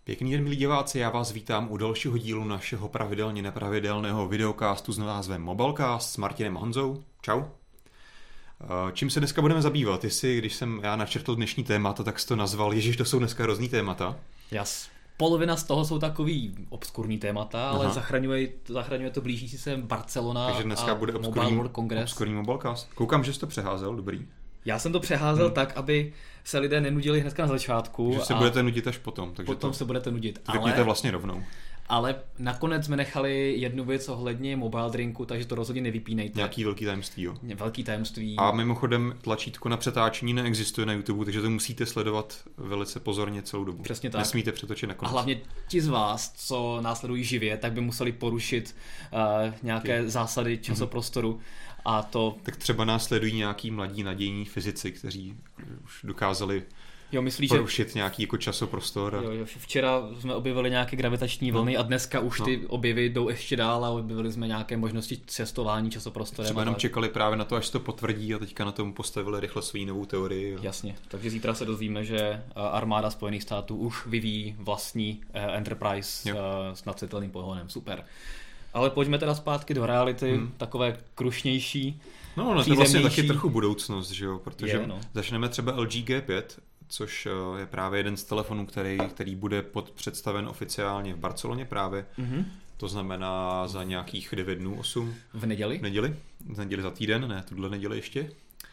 Pěkný den, milí diváci, já vás vítám u dalšího dílu našeho pravidelně nepravidelného videocastu s názvem Mobilecast s Martinem a Honzou. Čau. Čím se dneska budeme zabývat? Když jsem já načrtl dnešní témata, tak jsi to nazval, ježiš, to jsou dneska hrozný témata. Jas. Polovina z toho jsou takový obskurní témata, ale zachraňuje to blížící se Barcelona. Takže dneska a bude obskurní Mobilecast. Koukám, že jsi to přeházel, dobrý. Já jsem to přeházel tak, aby se lidé nenudili hnedka na začátku. Že se budete nudit až potom. Takže potom se budete nudit. Řekněte vlastně rovnou. Ale nakonec jsme nechali jednu věc ohledně mobile drinku, takže to rozhodně nevypínejte. Nějaký velký tajemství, jo? Velký tajemství. A mimochodem tlačítko na přetáčení neexistuje na YouTube, takže to musíte sledovat velice pozorně celou dobu. Přesně tak. Nesmíte přetočit nakonec. A hlavně ti z vás, co následují živě, tak by museli porušit nějaké zásady časoprostoru. A to... Tak třeba následují nějaký mladí nadějní fyzici, kteří už dokázali porušit nějaký jako časoprostor. Jo, včera jsme objevili nějaké gravitační vlny a dneska už ty objevy jdou ještě dál a objevili jsme nějaké možnosti cestování časoprostorem. Třeba jenom čekali právě na to, až to potvrdí a teďka na tom postavili rychle svou novou teorii. Jasně, takže zítra se dozvíme, že armáda Spojených států už vyvíjí vlastní Enterprise s nadsetelným pohonem. Super. Ale pojďme teda zpátky do reality, takové krušnější. No, to je vlastně taky trochu budoucnost, že jo, protože začneme třeba LG G5, což je právě jeden z telefonů, který bude představen oficiálně v Barceloně právě. To znamená za nějakých 9 dnů, 8. V neděli? V neděli za týden, ne, tuhle neděli ještě.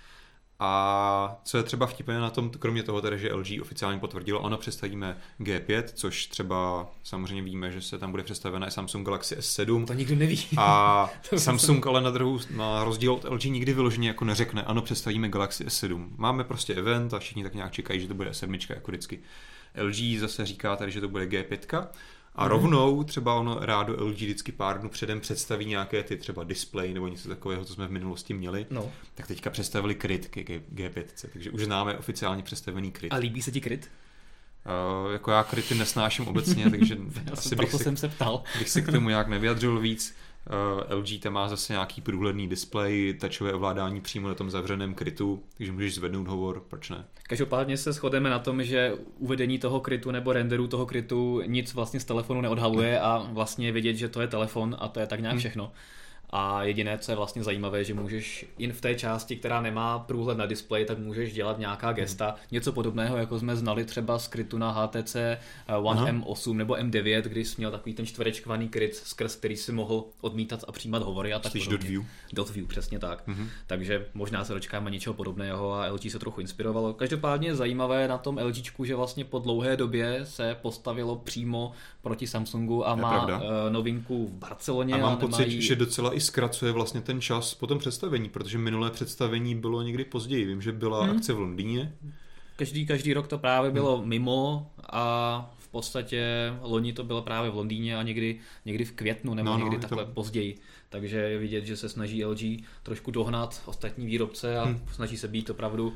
A co je třeba vtipné na tom, kromě toho teda, že LG oficiálně potvrdilo, ano, představíme G5, což třeba samozřejmě víme, že se tam bude představena i Samsung Galaxy S7. To nikdo neví. A Samsung ale na rozdíl od LG nikdy vyloženě jako neřekne, ano, představíme Galaxy S7. Máme prostě event a všichni tak nějak čekají, že to bude S7 jako vždycky. LG zase říká tady, že to bude G5. A rovnou třeba ono rádo LG vždycky pár dnů předem představí nějaké ty třeba display nebo něco takového, co jsme v minulosti měli. Tak teďka představili kryt k G5, takže už známe oficiálně představený kryt. A líbí se ti kryt? Jako já kryty nesnáším obecně, takže asi bych se k tomu nějak nevyjadřil víc. LG tam má zase nějaký průhledný displej, tačové ovládání přímo na tom zavřeném krytu, takže můžeš zvednout hovor, proč ne? Každopádně se shodeme na tom, že uvedení toho krytu nebo renderu toho krytu nic vlastně z telefonu neodhaluje a vlastně je vidět, že to je telefon a to je tak nějak všechno. A jediné, co je vlastně zajímavé, že můžeš jen v té části, která nemá průhled na displeji, tak můžeš dělat nějaká gesta. Něco podobného, jako jsme znali třeba z krytu na HTC One M8 nebo M9, kdy jsi měl takový ten čtverečkovaný kryt, skrz který si mohl odmítat a přijímat hovory a tak podobně. Dot view, přesně tak. Takže možná se dočkáme něčeho podobného a LG se trochu inspirovalo. Každopádně je zajímavé na tom LGčku, že vlastně po dlouhé době se postavilo přímo proti Samsungu a má novinku v Barceloně. A mám pocit, že docela i zkracuje vlastně ten čas po tom představení, protože minulé představení bylo někdy později. Vím, že byla akce v Londýně. Každý rok to právě bylo mimo a v podstatě loni to bylo právě v Londýně a někdy v květnu nebo někdy takhle později. Takže je vidět, že se snaží LG trošku dohnat ostatní výrobce a snaží se být opravdu.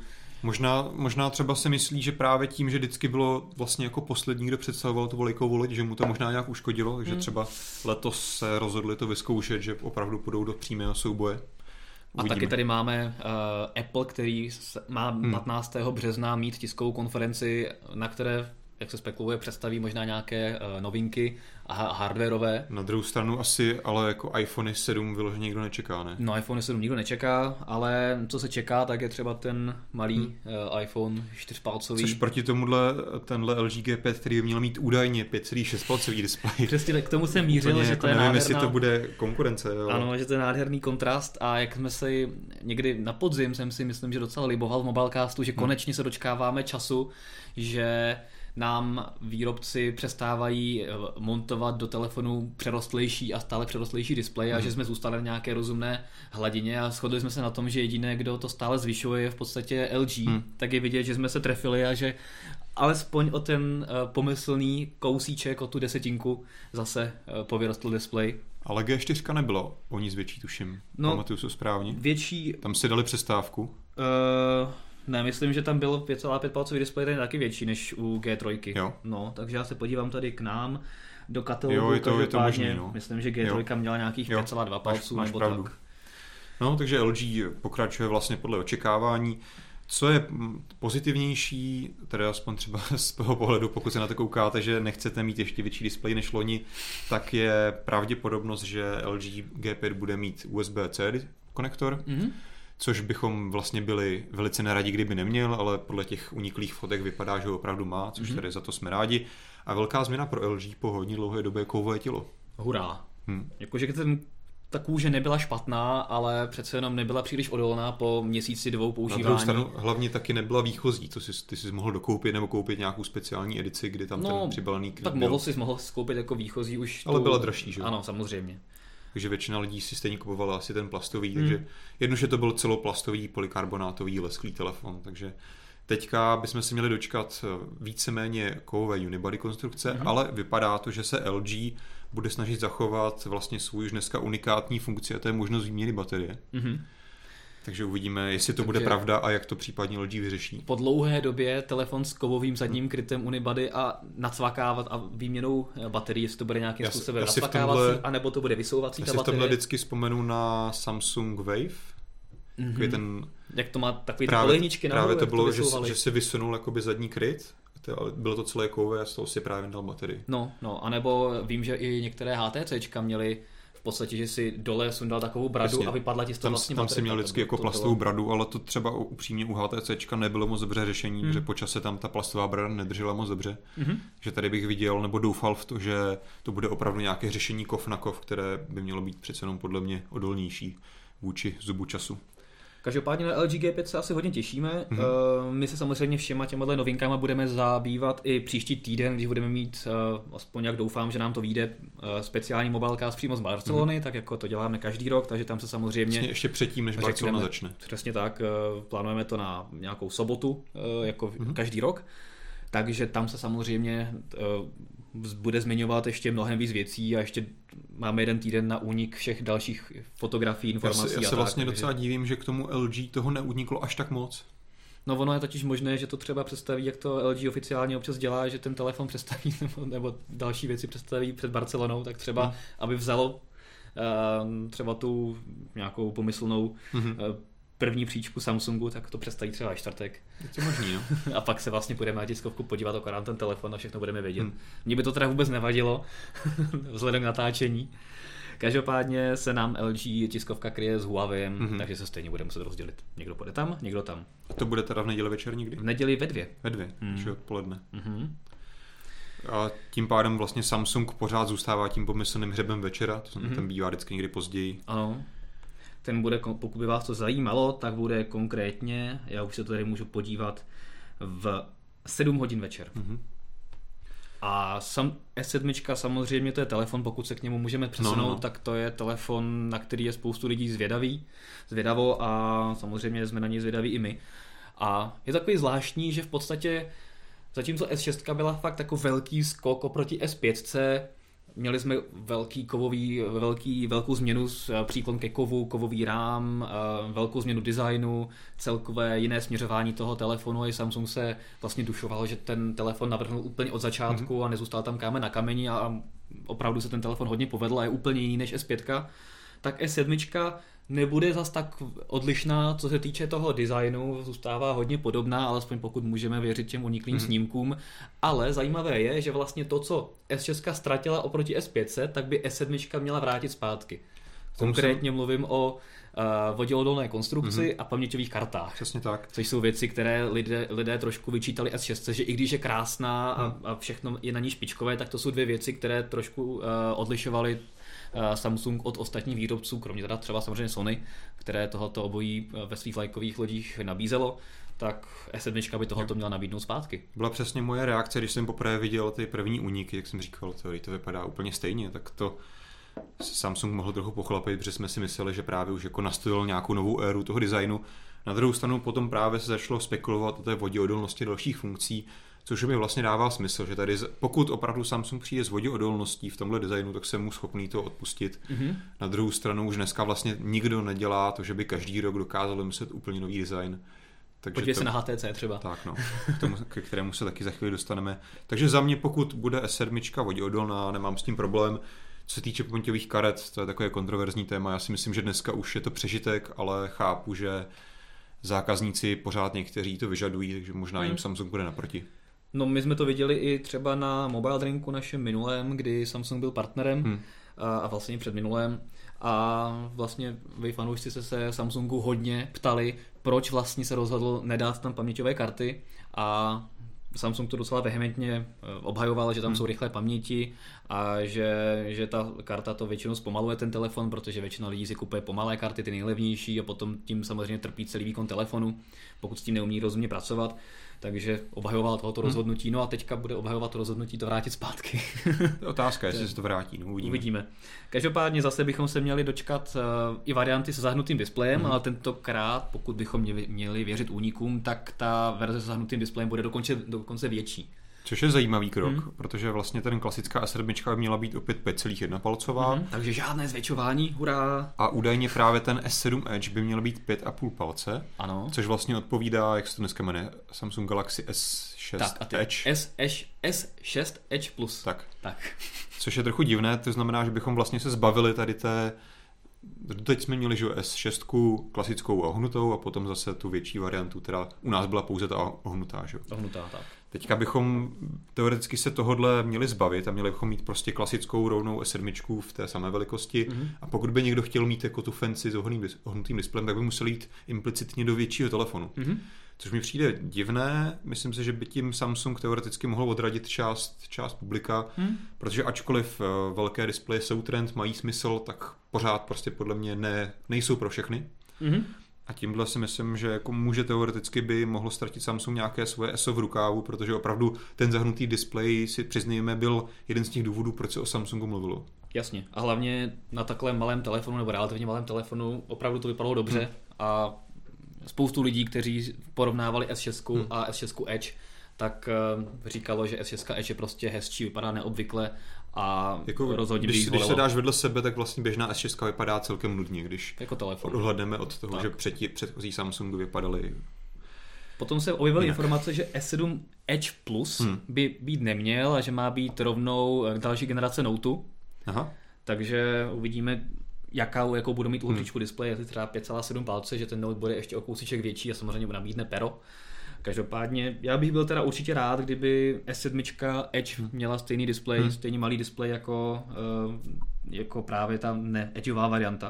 Možná třeba si myslí, že právě tím, že vždycky bylo vlastně jako poslední, kdo představoval tu velikou loď, že mu to možná nějak uškodilo, takže třeba letos se rozhodli to vyzkoušet, že opravdu půjdou do přímého souboje. Uvidíme. A taky tady máme Apple, který má 15. března mít tiskovou konferenci, na které, jak se spekuluje, představí možná nějaké novinky a hardwareové. Na druhou stranu asi, ale jako iPhone 7 vyloženě nikdo nečeká, ne? No, iPhone 7 nikdo nečeká, ale co se čeká, tak je třeba ten malý iPhone 4-palcový. Což proti tenhle LG G5, který by měl mít údajně 5,6 palcový displej. Přesně k tomu jsem mířil, že to je nevím, jestli to bude konkurence. Jo. Ano, že to je nádherný kontrast a jak jsme si někdy na podzim jsem si myslím, že docela liboval v Mobilecastu, že konečně se dočkáváme času, že nám výrobci přestávají montovat do telefonu přerostlejší a stále přerostlejší displej a že jsme zůstali na nějaké rozumné hladině a shodli jsme se na tom, že jediné, kdo to stále zvyšuje, je v podstatě LG. Tak je vidět, že jsme se trefili a že alespoň o ten pomyslný kousíček, o tu desetinku zase povyrostl displej. Ale G4 nebylo o nic větší, tuším. Pamatuju se správně. Větší. Tam si dali přestávku. Ne, myslím, že tam byl 5,5 palcový displej, ten je taky větší než u G3. Jo. No, takže já se podívám tady k nám do katalogu. Jo, je to možný, no. Myslím, že G3 měla nějakých 5,2 palců máš nebo pravdu. tak. No, takže LG pokračuje vlastně podle očekávání. Co je pozitivnější, tedy aspoň třeba z toho pohledu, pokud se na to koukáte, že nechcete mít ještě větší displej než loni, tak je pravděpodobnost, že LG G5 bude mít USB-C konektor, což bychom vlastně byli velice neradi, kdyby neměl, ale podle těch uniklých fotek vypadá, že ho opravdu má, což tady za to jsme rádi. A velká změna pro LG po hodně dlouhé době je kovové tělo. Hurá. Jakože ta kůže nebyla špatná, ale přece jenom nebyla příliš odolná po měsíci 2 používání. Na druhou stranu hlavně taky nebyla výchozí, ty jsi mohl dokoupit nebo koupit nějakou speciální edici, kdy tam ten přibalený kryt tak mohl si koupit jako výchozí už. Ale byla dražší, že? Ano, samozřejmě. Takže většina lidí si stejně kupovala asi ten plastový, takže jednoduše to byl celoplastový polykarbonátový lesklý telefon, takže teďka bychom si měli dočkat víceméně kovové unibody konstrukce, ale vypadá to, že se LG bude snažit zachovat vlastně svůj už dneska unikátní funkci a to je možnost výměny baterie. Takže uvidíme, jestli to bude pravda a jak to případně LG vyřeší. Po dlouhé době telefon s kovovým zadním krytem unibody a nacvakávat a výměnou baterií, jestli to bude nějakým způsobem nacvakávací, anebo to bude vysouvací ta baterie. Já si v tomhle vždycky vzpomenu na Samsung Wave. Ten, jak to má takový ty kolejničky nahoru. Právě to bylo, že si vysunul jakoby zadní kryt, bylo to celé kovové a z toho si právě dal baterii. No, anebo vím, že i některé HTCčka měly v podstatě, že si dole sundal takovou bradu a vypadla ti z toho vlastně baterie. Tam si měl vždycky jako plastovou bradu, ale to třeba upřímně u HTCčka nebylo moc dobře řešení, protože po čase tam ta plastová brada nedržela moc dobře. Že tady bych viděl nebo doufal v to, že to bude opravdu nějaké řešení kov na kov, které by mělo být přece jenom podle mě odolnější vůči zubu času. Každopádně na LG G5 se asi hodně těšíme. My se samozřejmě všema těmhle novinkama budeme zabývat i příští týden, když budeme mít, aspoň jak doufám, že nám to vyjde, speciální mobilecast přímo z Barcelony, tak jako to děláme každý rok, takže tam se samozřejmě... Ještě předtím, než Barcelona začne. Přesně tak, plánujeme to na nějakou sobotu, jako každý rok. Takže tam se samozřejmě bude zmiňovat ještě mnohem víc věcí a ještě máme jeden týden na únik všech dalších fotografií, informací. Já se vlastně docela divím, že k tomu LG toho neuniklo až tak moc. No ono je totiž možné, že to třeba představí, jak to LG oficiálně občas dělá, že ten telefon představí nebo další věci představí před Barcelonou, tak třeba, aby vzalo třeba tu nějakou pomyslnou první příčku Samsungu, tak to představí třeba ve čtvrtek. Je to možný, no. A pak se vlastně půjdeme na tiskovku podívat akorát ten telefon a všechno budeme vědět. Mně by to teda vůbec nevadilo, vzhledem k natáčení. Každopádně se nám LG tiskovka kryje s Huawei, takže se stejně budeme muset rozdělit. Někdo půjde tam, někdo tam. A to bude teda v neděli večer někdy? V neděli ve 2. Ve 2, takže odpoledne. A tím pádem vlastně Samsung pořád zůstává tím pomyslným hřebem večera, to ten bývá vždycky někdy později. Ano. Ten bude, pokud by vás to zajímalo, tak bude konkrétně, já už se to tady můžu podívat, v 7 hodin večer. A S7 samozřejmě to je telefon, pokud se k němu můžeme přesunout, tak to je telefon, na který je spoustu lidí zvědavo a samozřejmě jsme na něj zvědaví i my. A je takový zvláštní, že v podstatě zatímco S6 byla fakt takový velký skok oproti S5, měli jsme velkou změnu, příklon ke kovu, kovový rám, velkou změnu designu, celkové jiné směřování toho telefonu a i Samsung se vlastně dušoval, že ten telefon navrhnul úplně od začátku a nezůstal tam kámen na kameni a opravdu se ten telefon hodně povedl a je úplně jiný než S5. Tak S7 nebude zas tak odlišná, co se týče toho designu, zůstává hodně podobná, alespoň pokud můžeme věřit těm uniklým snímkům, ale zajímavé je, že vlastně to, co S6 ztratila oproti S5, tak by S7 měla vrátit zpátky. Konkrétně mluvím o voděodolné konstrukci a paměťových kartách. Přesně tak. Což jsou věci, které lidé trošku vyčítali S6, že i když je krásná a všechno je na ní špičkové, tak to jsou dvě věci, které trošku odlišovaly Samsung od ostatních výrobců, kromě teda třeba samozřejmě Sony, které tohoto obojí ve svých vlajkových lodích nabízelo, tak S7 by tohoto měla nabídnout zpátky. Byla přesně moje reakce, když jsem poprvé viděl ty první úniky, jak jsem říkal, to vypadá úplně stejně, tak to Samsung mohl trochu pochlapit, protože jsme si mysleli, že právě už jako nastolil nějakou novou éru toho designu. Na druhou stranu potom právě se začalo spekulovat o té voděodolnosti dalších funkcí, což mi vlastně dává smysl, že tady pokud opravdu Samsung přijde s voděodolností v tomhle designu, tak jsem mu schopný to odpustit. Na druhou stranu už dneska vlastně nikdo nedělá to, že by každý rok dokázal vymyslet úplně nový design. Podívej se na HTC třeba. Tak no, ke kterému se taky za chvíli dostaneme. Takže za mě, pokud bude S7 voděodolná, nemám s tím problém. Co se týče paměťových karet, to je takové kontroverzní téma. Já si myslím, že dneska už je to přežitek, ale chápu, že zákazníci pořád někteří to vyžadují, takže možná jim Samsung bude naproti. No my jsme to viděli i třeba na Mobile Drinku našem minulém, kdy Samsung byl partnerem a vlastně před minulém. A vlastně vy fanoušci se Samsungu hodně ptali, proč vlastně se rozhodl nedát tam paměťové karty a Samsung to docela vehementně obhajoval, že tam jsou rychlé paměti a že ta karta to většinou zpomaluje ten telefon, protože většina lidí si kupuje pomalé karty, ty nejlevnější a potom tím samozřejmě trpí celý výkon telefonu, pokud s tím neumí rozumně pracovat. Takže obhajoval tohoto rozhodnutí, no a teďka bude obhajovat to rozhodnutí to vrátit zpátky. Otázka, jestli se to vrátí, no uvidíme. Každopádně zase bychom se měli dočkat i varianty se zahnutým displejem, ale tentokrát, pokud bychom měli věřit únikům, tak ta verze se zahnutým displejem bude dokonce větší. Což je zajímavý krok, protože vlastně ten klasická S7 by měla být opět 5,1 palcová. Takže žádné zvětšování, hurá! A údajně právě ten S7 Edge by měl být 5,5 palce, ano. Což vlastně odpovídá, jak se to dneska jmenuje, Samsung Galaxy S6 tak, Edge. S6 Edge Plus. Tak. Což je trochu divné, to znamená, že bychom vlastně se zbavili tady té... Teď jsme měli že S6 klasickou ohnutou a potom zase tu větší variantu, která u nás byla pouze ta ohnutá. Že? Ohnutá, tak. Teďka bychom teoreticky se tohodle měli zbavit a měli bychom mít prostě klasickou rovnou S7 v té samé velikosti a pokud by někdo chtěl mít jako tu fancy s ohnutým displejem, tak by musel jít implicitně do většího telefonu. Což mi přijde divné, myslím si, že by tím Samsung teoreticky mohl odradit část publika, protože ačkoliv velké displeje jsou trend, mají smysl, tak pořád prostě podle mě nejsou pro všechny. A tímhle si myslím, že jako může teoreticky by mohlo ztratit Samsung nějaké svoje ESO v rukávu, protože opravdu ten zahnutý displej, si přiznejme, byl jeden z těch důvodů, proč se o Samsungu mluvilo. Jasně. A hlavně na takhle malém telefonu nebo relativně malém telefonu opravdu to vypadalo dobře a spoustu lidí, kteří porovnávali S6 a S6 Edge, tak říkalo, že S6 Edge je prostě hezčí, vypadá neobvykle a jako rozhodně když se dáš vedle sebe, tak vlastně běžná S6 vypadá celkem nudně, když jako telefon. Odhledneme od toho, tak. Že předchozí Samsungu vypadaly. Potom se objevily informace, že S7 Edge Plus by být neměl a že má být rovnou další generace Noteu. Aha. Takže uvidíme, jakou budou mít uhličku displeje, jestli třeba 5,7 palce, že ten Note bude ještě o kousíček větší a samozřejmě nabídne pero. Každopádně já bych byl teda určitě rád, kdyby S7 Edge měla stejný displej, stejně malý displej jako právě ta ne-edgeová varianta.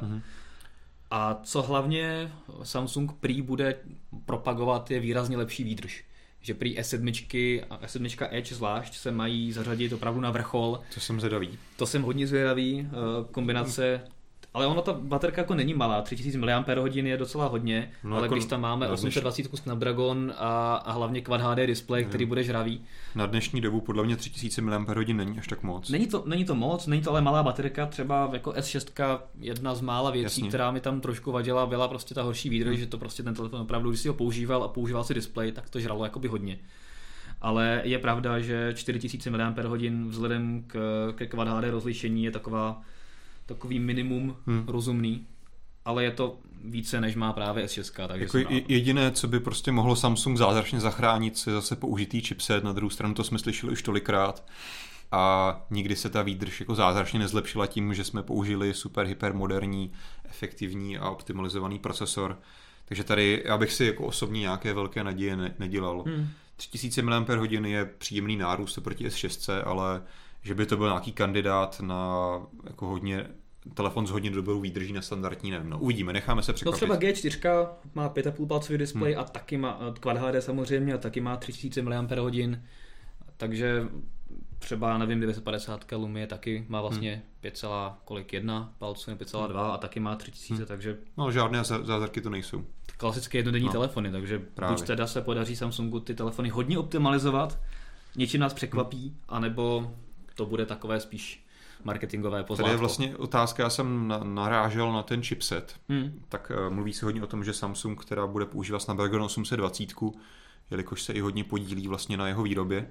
A co hlavně Samsung prý bude propagovat je výrazně lepší výdrž. Že prý S7 a S7 Edge zvlášť se mají zařadit opravdu na vrchol. To jsem zvědavý. To jsem hodně zvědavý, kombinace... Ale ono ta baterka jako není malá, 3000 mAh je docela hodně, ale jako když tam máme 820 Snapdragon a hlavně Quad HD displej, který bude žravý. Na dnešní dobu podle mě 3000 mAh není až tak moc. Není to moc, není to ale malá baterka, třeba jako S6 jedna z mála věcí, která mi tam trošku vadila, byla prostě ta horší výdrž, že to prostě ten telefon opravdu, když si ho používal a používal si displej, tak to žralo jakoby hodně. Ale je pravda, že 4000 mAh vzhledem ke Quad HD rozlišení je takový minimum rozumný, ale je to více, než má právě S6. Takže jako jediné, co by prostě mohlo Samsung zázračně zachránit, je zase použitý chipset, na druhou stranu to jsme slyšeli už tolikrát a nikdy se ta výdrž jako zázračně nezlepšila tím, že jsme použili super hypermoderní, efektivní a optimalizovaný procesor. Takže tady já bych si jako osobně nějaké velké naděje nedělal. 3000 mAh je příjemný nárůst proti S6, ale že by to byl nějaký kandidát na jako telefon s hodně dobrou výdrží na standardní, nevím. No, uvidíme, necháme se překvapit. No třeba G4 má 5,5 palcový displej a taky má Quad HD samozřejmě a taky má 3000 mAh, takže třeba, nevím, 950 Lumie taky má vlastně 5,1 palců, 5,2 a taky má 3000, takže... No žádné zázraky to nejsou. Klasické jednodenní telefony, takže buď teda se podaří Samsungu ty telefony hodně optimalizovat, něčím nás překvapí, anebo to bude takové spíš marketingové pozlátko. Tady je vlastně otázka, já jsem narážel na ten chipset, tak mluví se hodně o tom, že Samsung, která bude používat Snapdragon 820, jelikož se i hodně podílí vlastně na jeho výrobě,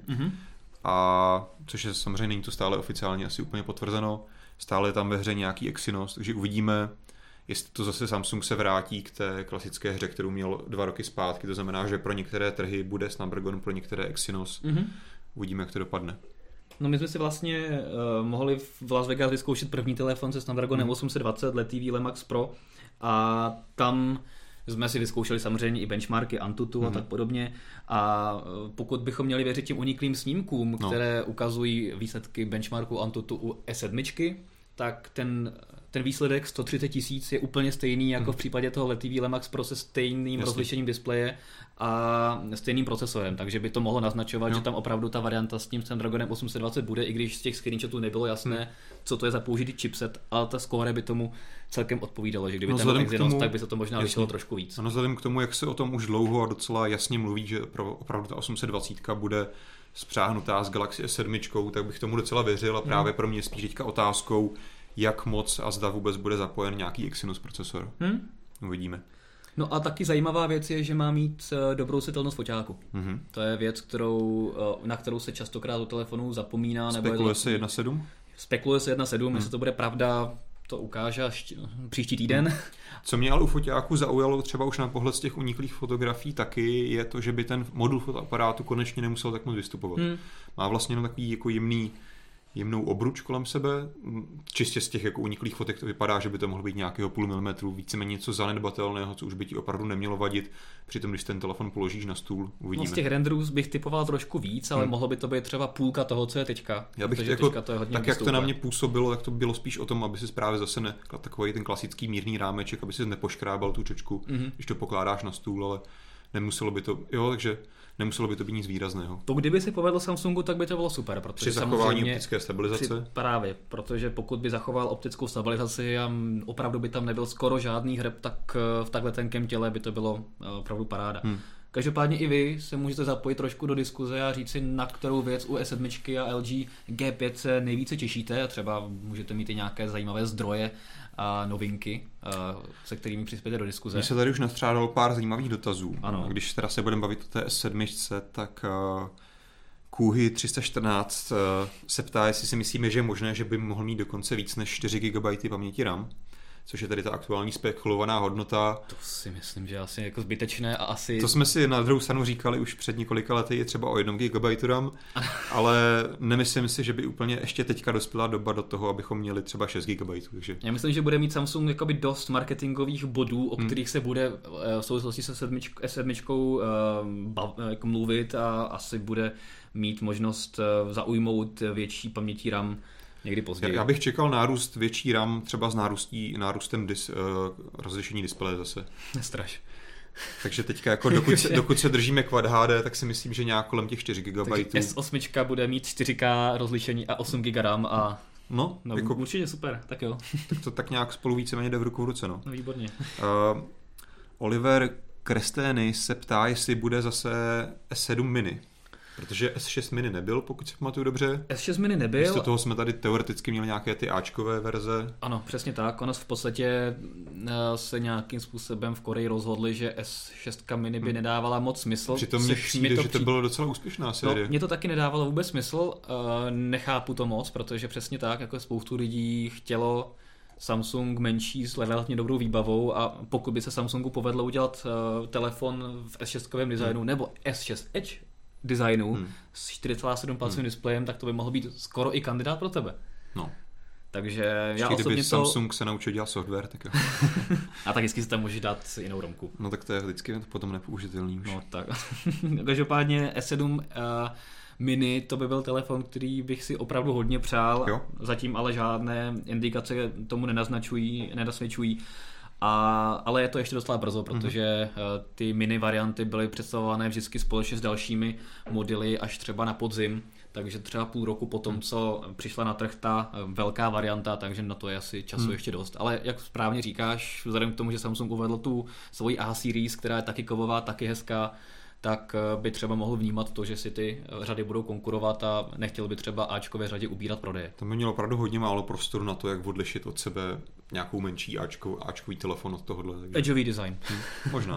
a což je samozřejmě, není to stále oficiálně asi úplně potvrzeno, stále je tam ve hře nějaký Exynos, takže uvidíme, jestli to zase Samsung se vrátí k té klasické hře, kterou měl 2 roky zpátky, to znamená, že pro některé trhy bude Snapdragon, pro některé Exynos. Uvidíme, jak to dopadne. No my jsme si vlastně mohli v Las Vegas vyzkoušet první telefon se Snapdragonem 820 LTE Max Pro a tam jsme si vyzkoušeli samozřejmě i benchmarky Antutu a tak podobně. A pokud bychom měli věřit těm uniklým snímkům, které ukazují výsledky benchmarku Antutu u S7, tak ten výsledek 130 000 je úplně stejný jako v případě toho letivý Lemax Pro se stejným rozlišením displeje a stejným procesorem, takže by to mohlo naznačovat, že tam opravdu ta varianta s tím Snapdragonem 820 bude, i když z těch screenshotů nebylo jasné, co to je za použitý chipset, ale ta score by tomu celkem odpovídalo, že kdyby ten byl Exynos, tak by se to možná lišilo trošku víc. Ano, vzhledem k tomu, jak se o tom už dlouho a docela jasně mluví, že opravdu ta 820 bude spřáhnutá s Galaxy S7, tak bych tomu docela věřil a právě pro mě spíš teďka otázkou, jak moc a zda vůbec bude zapojen nějaký Exynos procesor. Uvidíme. No a taky zajímavá věc je, že má mít dobrou světelnost foťáku. To je věc, na kterou se častokrát u telefonů zapomíná. Spekuluje se 1.7? Spekuluje se 1.7, jestli to bude pravda, to ukáže až příští týden. Co mě ale u foťáku zaujalo třeba už na pohled z těch uniklých fotografií taky, je to, že by ten modul fotoaparátu konečně nemusel tak moc vystupovat. Má vlastně jenom takový jako jemnou obruč kolem sebe. Čistě z těch jako uniklých fotek to vypadá, že by to mohlo být nějakého půl milimetru, víceméně něco zanedbatelného, co už by ti opravdu nemělo vadit. Přitom, když ten telefon položíš na stůl, uvidíme. No z těch renderů bych typoval trošku víc, ale mohlo by to být třeba půlka toho, co je teďka. Já bych jako, to je hodně tak, jak to na mě působilo, tak to bylo spíš o tom, aby si právě zase takový ten klasický mírný rámeček, aby si nepoškrábal tu čočku, když to pokládáš na stůl, ale nemuselo by to, takže nemuselo by to být nic výrazného. To kdyby si povedlo Samsungu, tak by to bylo super. Při zachování optické stabilizace? Právě, protože pokud by zachoval optickou stabilizaci a opravdu by tam nebyl skoro žádný hreb, tak v takhle tenkém těle by to bylo opravdu paráda. Každopádně i vy se můžete zapojit trošku do diskuze a říct si, na kterou věc u S7 a LG G5 se nejvíce těšíte a třeba můžete mít i nějaké zajímavé zdroje a novinky, se kterými přispějete do diskuze. Mně se tady už nastřádalo pár zajímavých dotazů. Ano. Když teda se budeme bavit o té S7, tak Kuhy 314 se ptá, jestli si myslíme, že je možné, že by mohl mít dokonce víc než 4 GB paměti RAM, což je tady ta aktuální spekulovaná hodnota. To si myslím, že asi jako zbytečné a asi... To jsme si na druhou stranu říkali už před několika lety, je třeba o 1 GB RAM, ale nemyslím si, že by úplně ještě teďka dospěla doba do toho, abychom měli třeba 6 GB. Takže... Já myslím, že bude mít Samsung jakoby dost marketingových bodů, o kterých se bude v souvislosti se S7 jako mluvit a asi bude mít možnost zaujmout větší paměti RAM někdy později. Já bych čekal nárůst větší RAM, třeba s nárůstem rozlišení displeje zase. Nestraš. Takže teďka jako dokud se držíme Quad HD, tak si myslím, že nějak kolem těch 4 GB. S8 bude mít 4K rozlišení a 8 GB RAM a no jako, určitě super, tak jo. Tak to tak nějak spolu víceméně jde v ruku v ruce. No, výborně. Oliver Krestény se ptá, jestli bude zase S7 mini. Protože S6 mini nebyl, pokud si pamatuju dobře. S6 mini nebyl. Místo toho jsme tady teoreticky měli nějaké ty Ačkové verze. Ano, přesně tak. Ono v podstatě se nějakým způsobem v Koreji rozhodli, že S6 mini by nedávala moc smysl. Přitom mně přijde, že to bylo docela úspěšná série. No, mně to taky nedávalo vůbec smysl. Nechápu to moc, protože přesně tak, jako spoustu lidí chtělo Samsung menší s relativně dobrou výbavou a pokud by se Samsungu povedlo udělat telefon v S6 designu nebo S6 Edge designu s 4,7 palcovým displejem, tak to by mohl být skoro i kandidát pro tebe. No. Takže já osobně kdyby Samsung se naučil dělat software, tak jo. A tak vždycky si tam můžeš dát jinou romku. No tak to je vždycky potom nepoužitelný už. No tak. Každopádně S7 mini, to by byl telefon, který bych si opravdu hodně přál. Jo. Zatím ale žádné indikace tomu nenasvědčují. Ale je to ještě docela brzo, protože ty mini varianty byly představované vždycky společně s dalšími modely až třeba na podzim, takže třeba půl roku potom, co přišla na trh ta velká varianta, takže na to je asi času ještě dost. Ale jak správně říkáš, vzhledem k tomu, že Samsung uvedl tu svoji A-series, která je taky kovová, taky hezká, tak by třeba mohl vnímat to, že si ty řady budou konkurovat a nechtěl by třeba Ačkové řadě ubírat prodeje. To by mělo opravdu hodně málo prostoru na to, jak odlišit od sebe nějakou menší Ačkový telefon od tohohle. Takže... Edgeový design. Možná.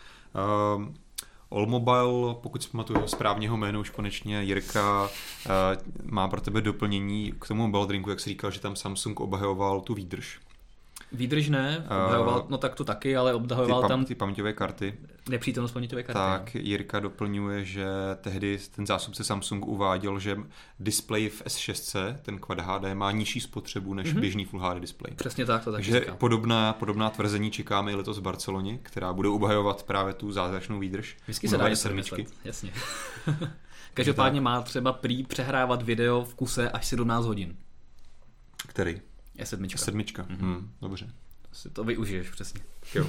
Allmobile, pokud si pamatuju správného jméno už konečně, Jirka, má pro tebe doplnění k tomu mobile drinku, jak jsi říkal, že tam Samsung obhajoval tu výdrž. Výdrž ne, obhajoval, no tak to taky, ale obhajoval tam ty paměťové karty. nepřítomnost paměťové karty. Tak Jirka doplňuje, že tehdy ten zástupce Samsung uváděl, že displej v S6, ten Quad HD, má nižší spotřebu než běžný Full HD displej. Přesně tak, to taky Takže říká. podobná tvrzení čekáme i letos v Barceloně, která bude obhajovat právě tu zázračnou výdrž. Vždycky se dá něco vymyslet, jasně. Každopádně má třeba prý přehrávat video v kuse až 17 hodin. Který? S7. S7. Dobře. Si to využiješ, přesně. Jo.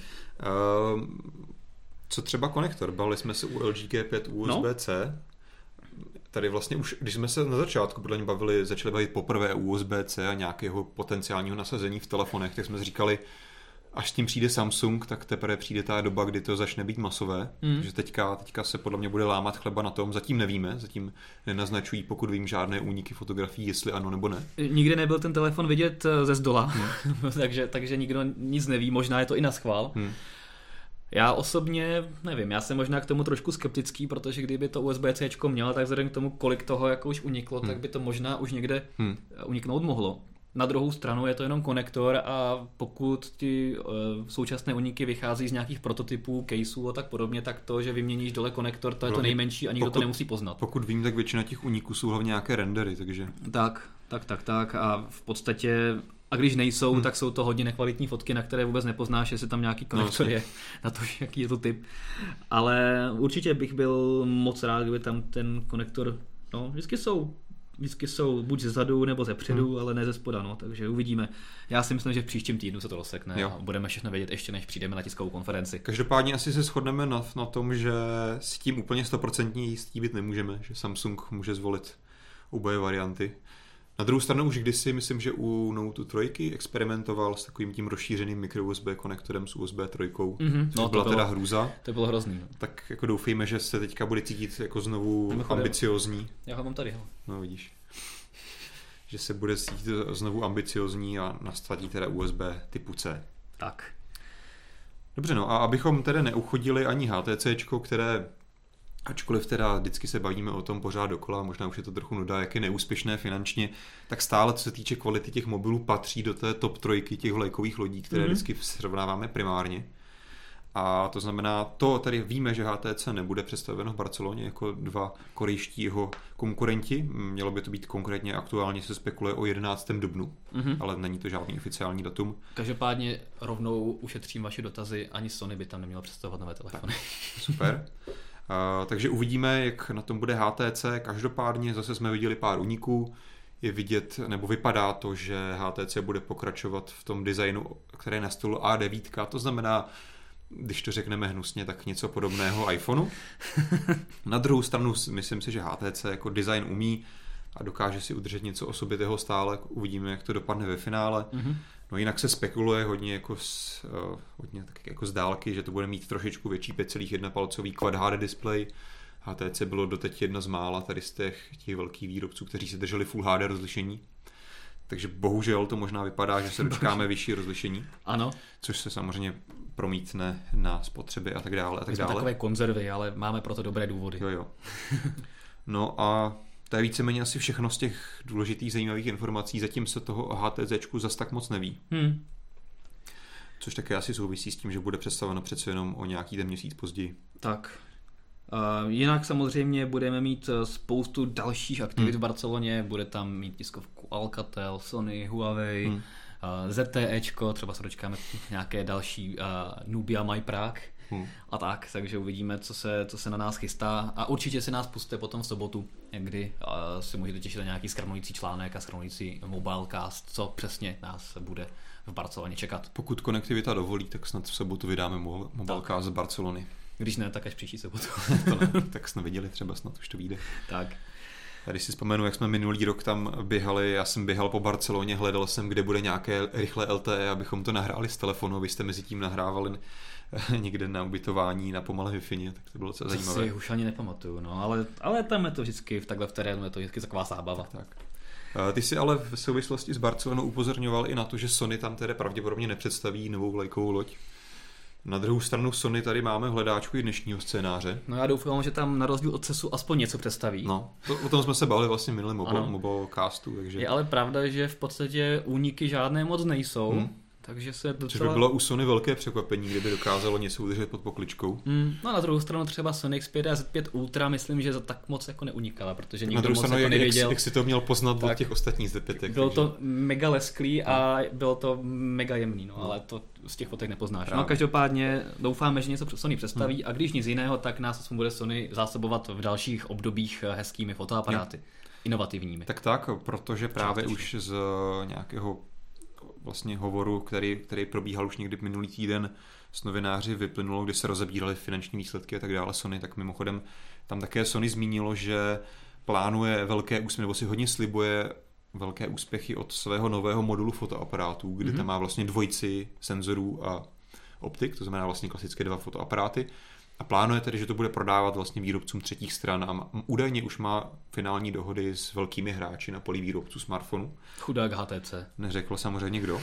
Co třeba konektor? Bavili jsme se u LG G5 USB-C. Tady vlastně už, když jsme se na začátku podle mě začali bavit poprvé o USB-C a nějakého potenciálního nasazení v telefonech, tak jsme si říkali, až s tím přijde Samsung, tak teprve přijde ta doba, kdy to začne být masové. Takže teďka se podle mě bude lámat chleba na tom. Zatím nevíme, zatím nenaznačují, pokud vím, žádné úniky fotografií, jestli ano nebo ne. Nikdy nebyl ten telefon vidět ze zdola, takže nikdo nic neví, možná je to i naschvál. Já osobně nevím, já jsem možná k tomu trošku skeptický, protože kdyby to USB-C mělo, tak vzhledem k tomu, kolik toho jako už uniklo, tak by to možná už někde uniknout mohlo. Na druhou stranu je to jenom konektor a pokud ty současné úniky vychází z nějakých prototypů, caseů a tak podobně, tak to, že vyměníš dole konektor, to je to nejmenší a nikdo to nemusí poznat. Pokud vím, tak většina těch úniků jsou hlavně nějaké rendery, takže... Tak a v podstatě, a když nejsou, tak jsou to hodně nekvalitní fotky, na které vůbec nepoznáš, jestli tam nějaký konektor je, na to, jaký je to typ. Ale určitě bych byl moc rád, kdyby tam ten konektor, vždycky jsou buď zezadu nebo zepředu, ale ne ze spoda, takže uvidíme. Já si myslím, že v příštím týdnu se to rozsekne a budeme všechno vědět ještě, než přijdeme na tiskovou konferenci. Každopádně asi se shodneme na tom, že s tím úplně 100% jistý být nemůžeme, že Samsung může zvolit oboje varianty. Na druhou stranu už kdysi, myslím, že u Note 3 experimentoval s takovým tím rozšířeným micro USB konektorem s USB 3. To byla teda hrůza. To bylo hrozný. Tak jako doufejme, že se teďka bude cítit jako znovu ambiciozní. Já ho mám tady. No vidíš. Že se bude cítit znovu ambiciozní a nastaví teda USB typu C. Tak. Dobře, a abychom teda neuchodili ani HTCčko, které ačkoliv teda vždycky se bavíme o tom pořád dokola, možná už je to trochu nuda, jak je neúspěšné finančně, tak stále, co se týče kvality těch mobilů, patří do té top 3 těch vlajkových lodí, které vždycky srovnáváme primárně. A to znamená, tady víme, že HTC nebude představeno v Barceloně jako dva korejští jeho konkurenti. Mělo by to být konkrétně, aktuálně se spekuluje o 11. dubnu, ale není to žádný oficiální datum. Každopádně rovnou ušetřím vaše dotazy, ani Sony by tam nemělo představovat nové telefony. Super. Takže uvidíme, jak na tom bude HTC. Každopádně zase jsme viděli pár úniků. Je vidět, nebo vypadá to, že HTC bude pokračovat v tom designu, který je na stolu A9. To znamená, když to řekneme hnusně, tak něco podobného iPhoneu. Na druhou stranu myslím si, že HTC jako design umí a dokáže si udržet něco osobitého stále. Uvidíme, jak to dopadne ve finále. No jinak se spekuluje hodně jako z dálky, že to bude mít trošičku větší 5,1 palcový Quad HD display. HTC bylo doteď jedna z mála tady z těch velkých výrobců, kteří se drželi Full HD rozlišení. Takže bohužel to možná vypadá, že se dočkáme vyšší rozlišení. Ano. Což se samozřejmě promítne na spotřeby a tak dále. My jsme takové konzervy, ale máme proto dobré důvody. Jo. No a to je víceméně asi všechno z těch důležitých zajímavých informací. Zatím se toho HTCčku zas tak moc neví. Což také asi souvisí s tím, že bude představeno přece jenom o nějaký ten měsíc později. Tak. Jinak samozřejmě budeme mít spoustu dalších aktivit v Barceloně. Bude tam mít tiskovku Alcatel, Sony, Huawei, ZTEčko, třeba se dočkáme nějaké další Nubia My Prague. A takže uvidíme, co se na nás chystá a určitě se nás pusťte potom v sobotu, kdy si můžete těšit na nějaký skrnující článek a skrnující mobilecast, co přesně nás bude v Barceloně čekat. Pokud konektivita dovolí, tak snad v sobotu vydáme mobilecast z Barcelony. Když ne, tak až příští sobotu. Tak jsme viděli, třeba snad už to vyjde. Tak. A když si vzpomenu, jak jsme minulý rok tam běhali, já jsem běhal po Barceloně, hledal jsem, kde bude nějaké rychlé LTE, abychom to nahráli z telefonu, vy jste mezi tím nahrávali někde na ubytování na pomalé Wi-Fi, tak to bylo docela zajímavé. To si už ani nepamatuju, ale tam je to vždycky takhle v terénu, je to vždycky taková zábava. Tak. Ty si ale v souvislosti s Barcelonou upozorňoval i na to, že Sony tam tedy pravděpodobně nepředstaví novou vlajkovou loď. Na druhou stranu Sony tady máme v hledáčku i dnešního scénáře. No já doufám, že tam na rozdíl od CESu aspoň něco představí. No, o tom jsme se bavili vlastně minulým mobilecastu. Takže... Je ale pravda, že v podstatě úniky žádné moc nejsou, Takže se docela... Což by bylo u Sony velké překvapení, kdyby dokázalo něco udržet pod pokličkou. No a na druhou stranu třeba Sony Xperia Z5 Ultra myslím, že za tak moc jako neunikala, protože nikdo moc stranu, jako nevěděl. Jak si to měl poznat od těch ostatních Z5. Bylo to mega lesklý a bylo to mega jemný, no, ale to z těch fotek nepoznáš. No každopádně doufáme, že něco Sony představí a když nic jiného, tak nás bude Sony zásobovat v dalších obdobích hezkými fotoaparáty. Inovativními. Tak, protože právě už z nějakého vlastně hovoru, který probíhal už někdy minulý týden s novináři vyplynulo, kdy se rozebírali finanční výsledky a tak dále Sony, tak mimochodem tam také Sony zmínilo, že plánuje velké úspěchy, nebo si hodně slibuje velké úspěchy od svého nového modulu fotoaparátů, kdy tam má vlastně dvojici senzorů a optik, to znamená vlastně klasické 2 fotoaparáty. A plánuje tedy, že to bude prodávat vlastně výrobcům třetích stran a údajně už má finální dohody s velkými hráči na poli výrobců smartphonů. Chudák HTC. Neřekl samozřejmě kdo.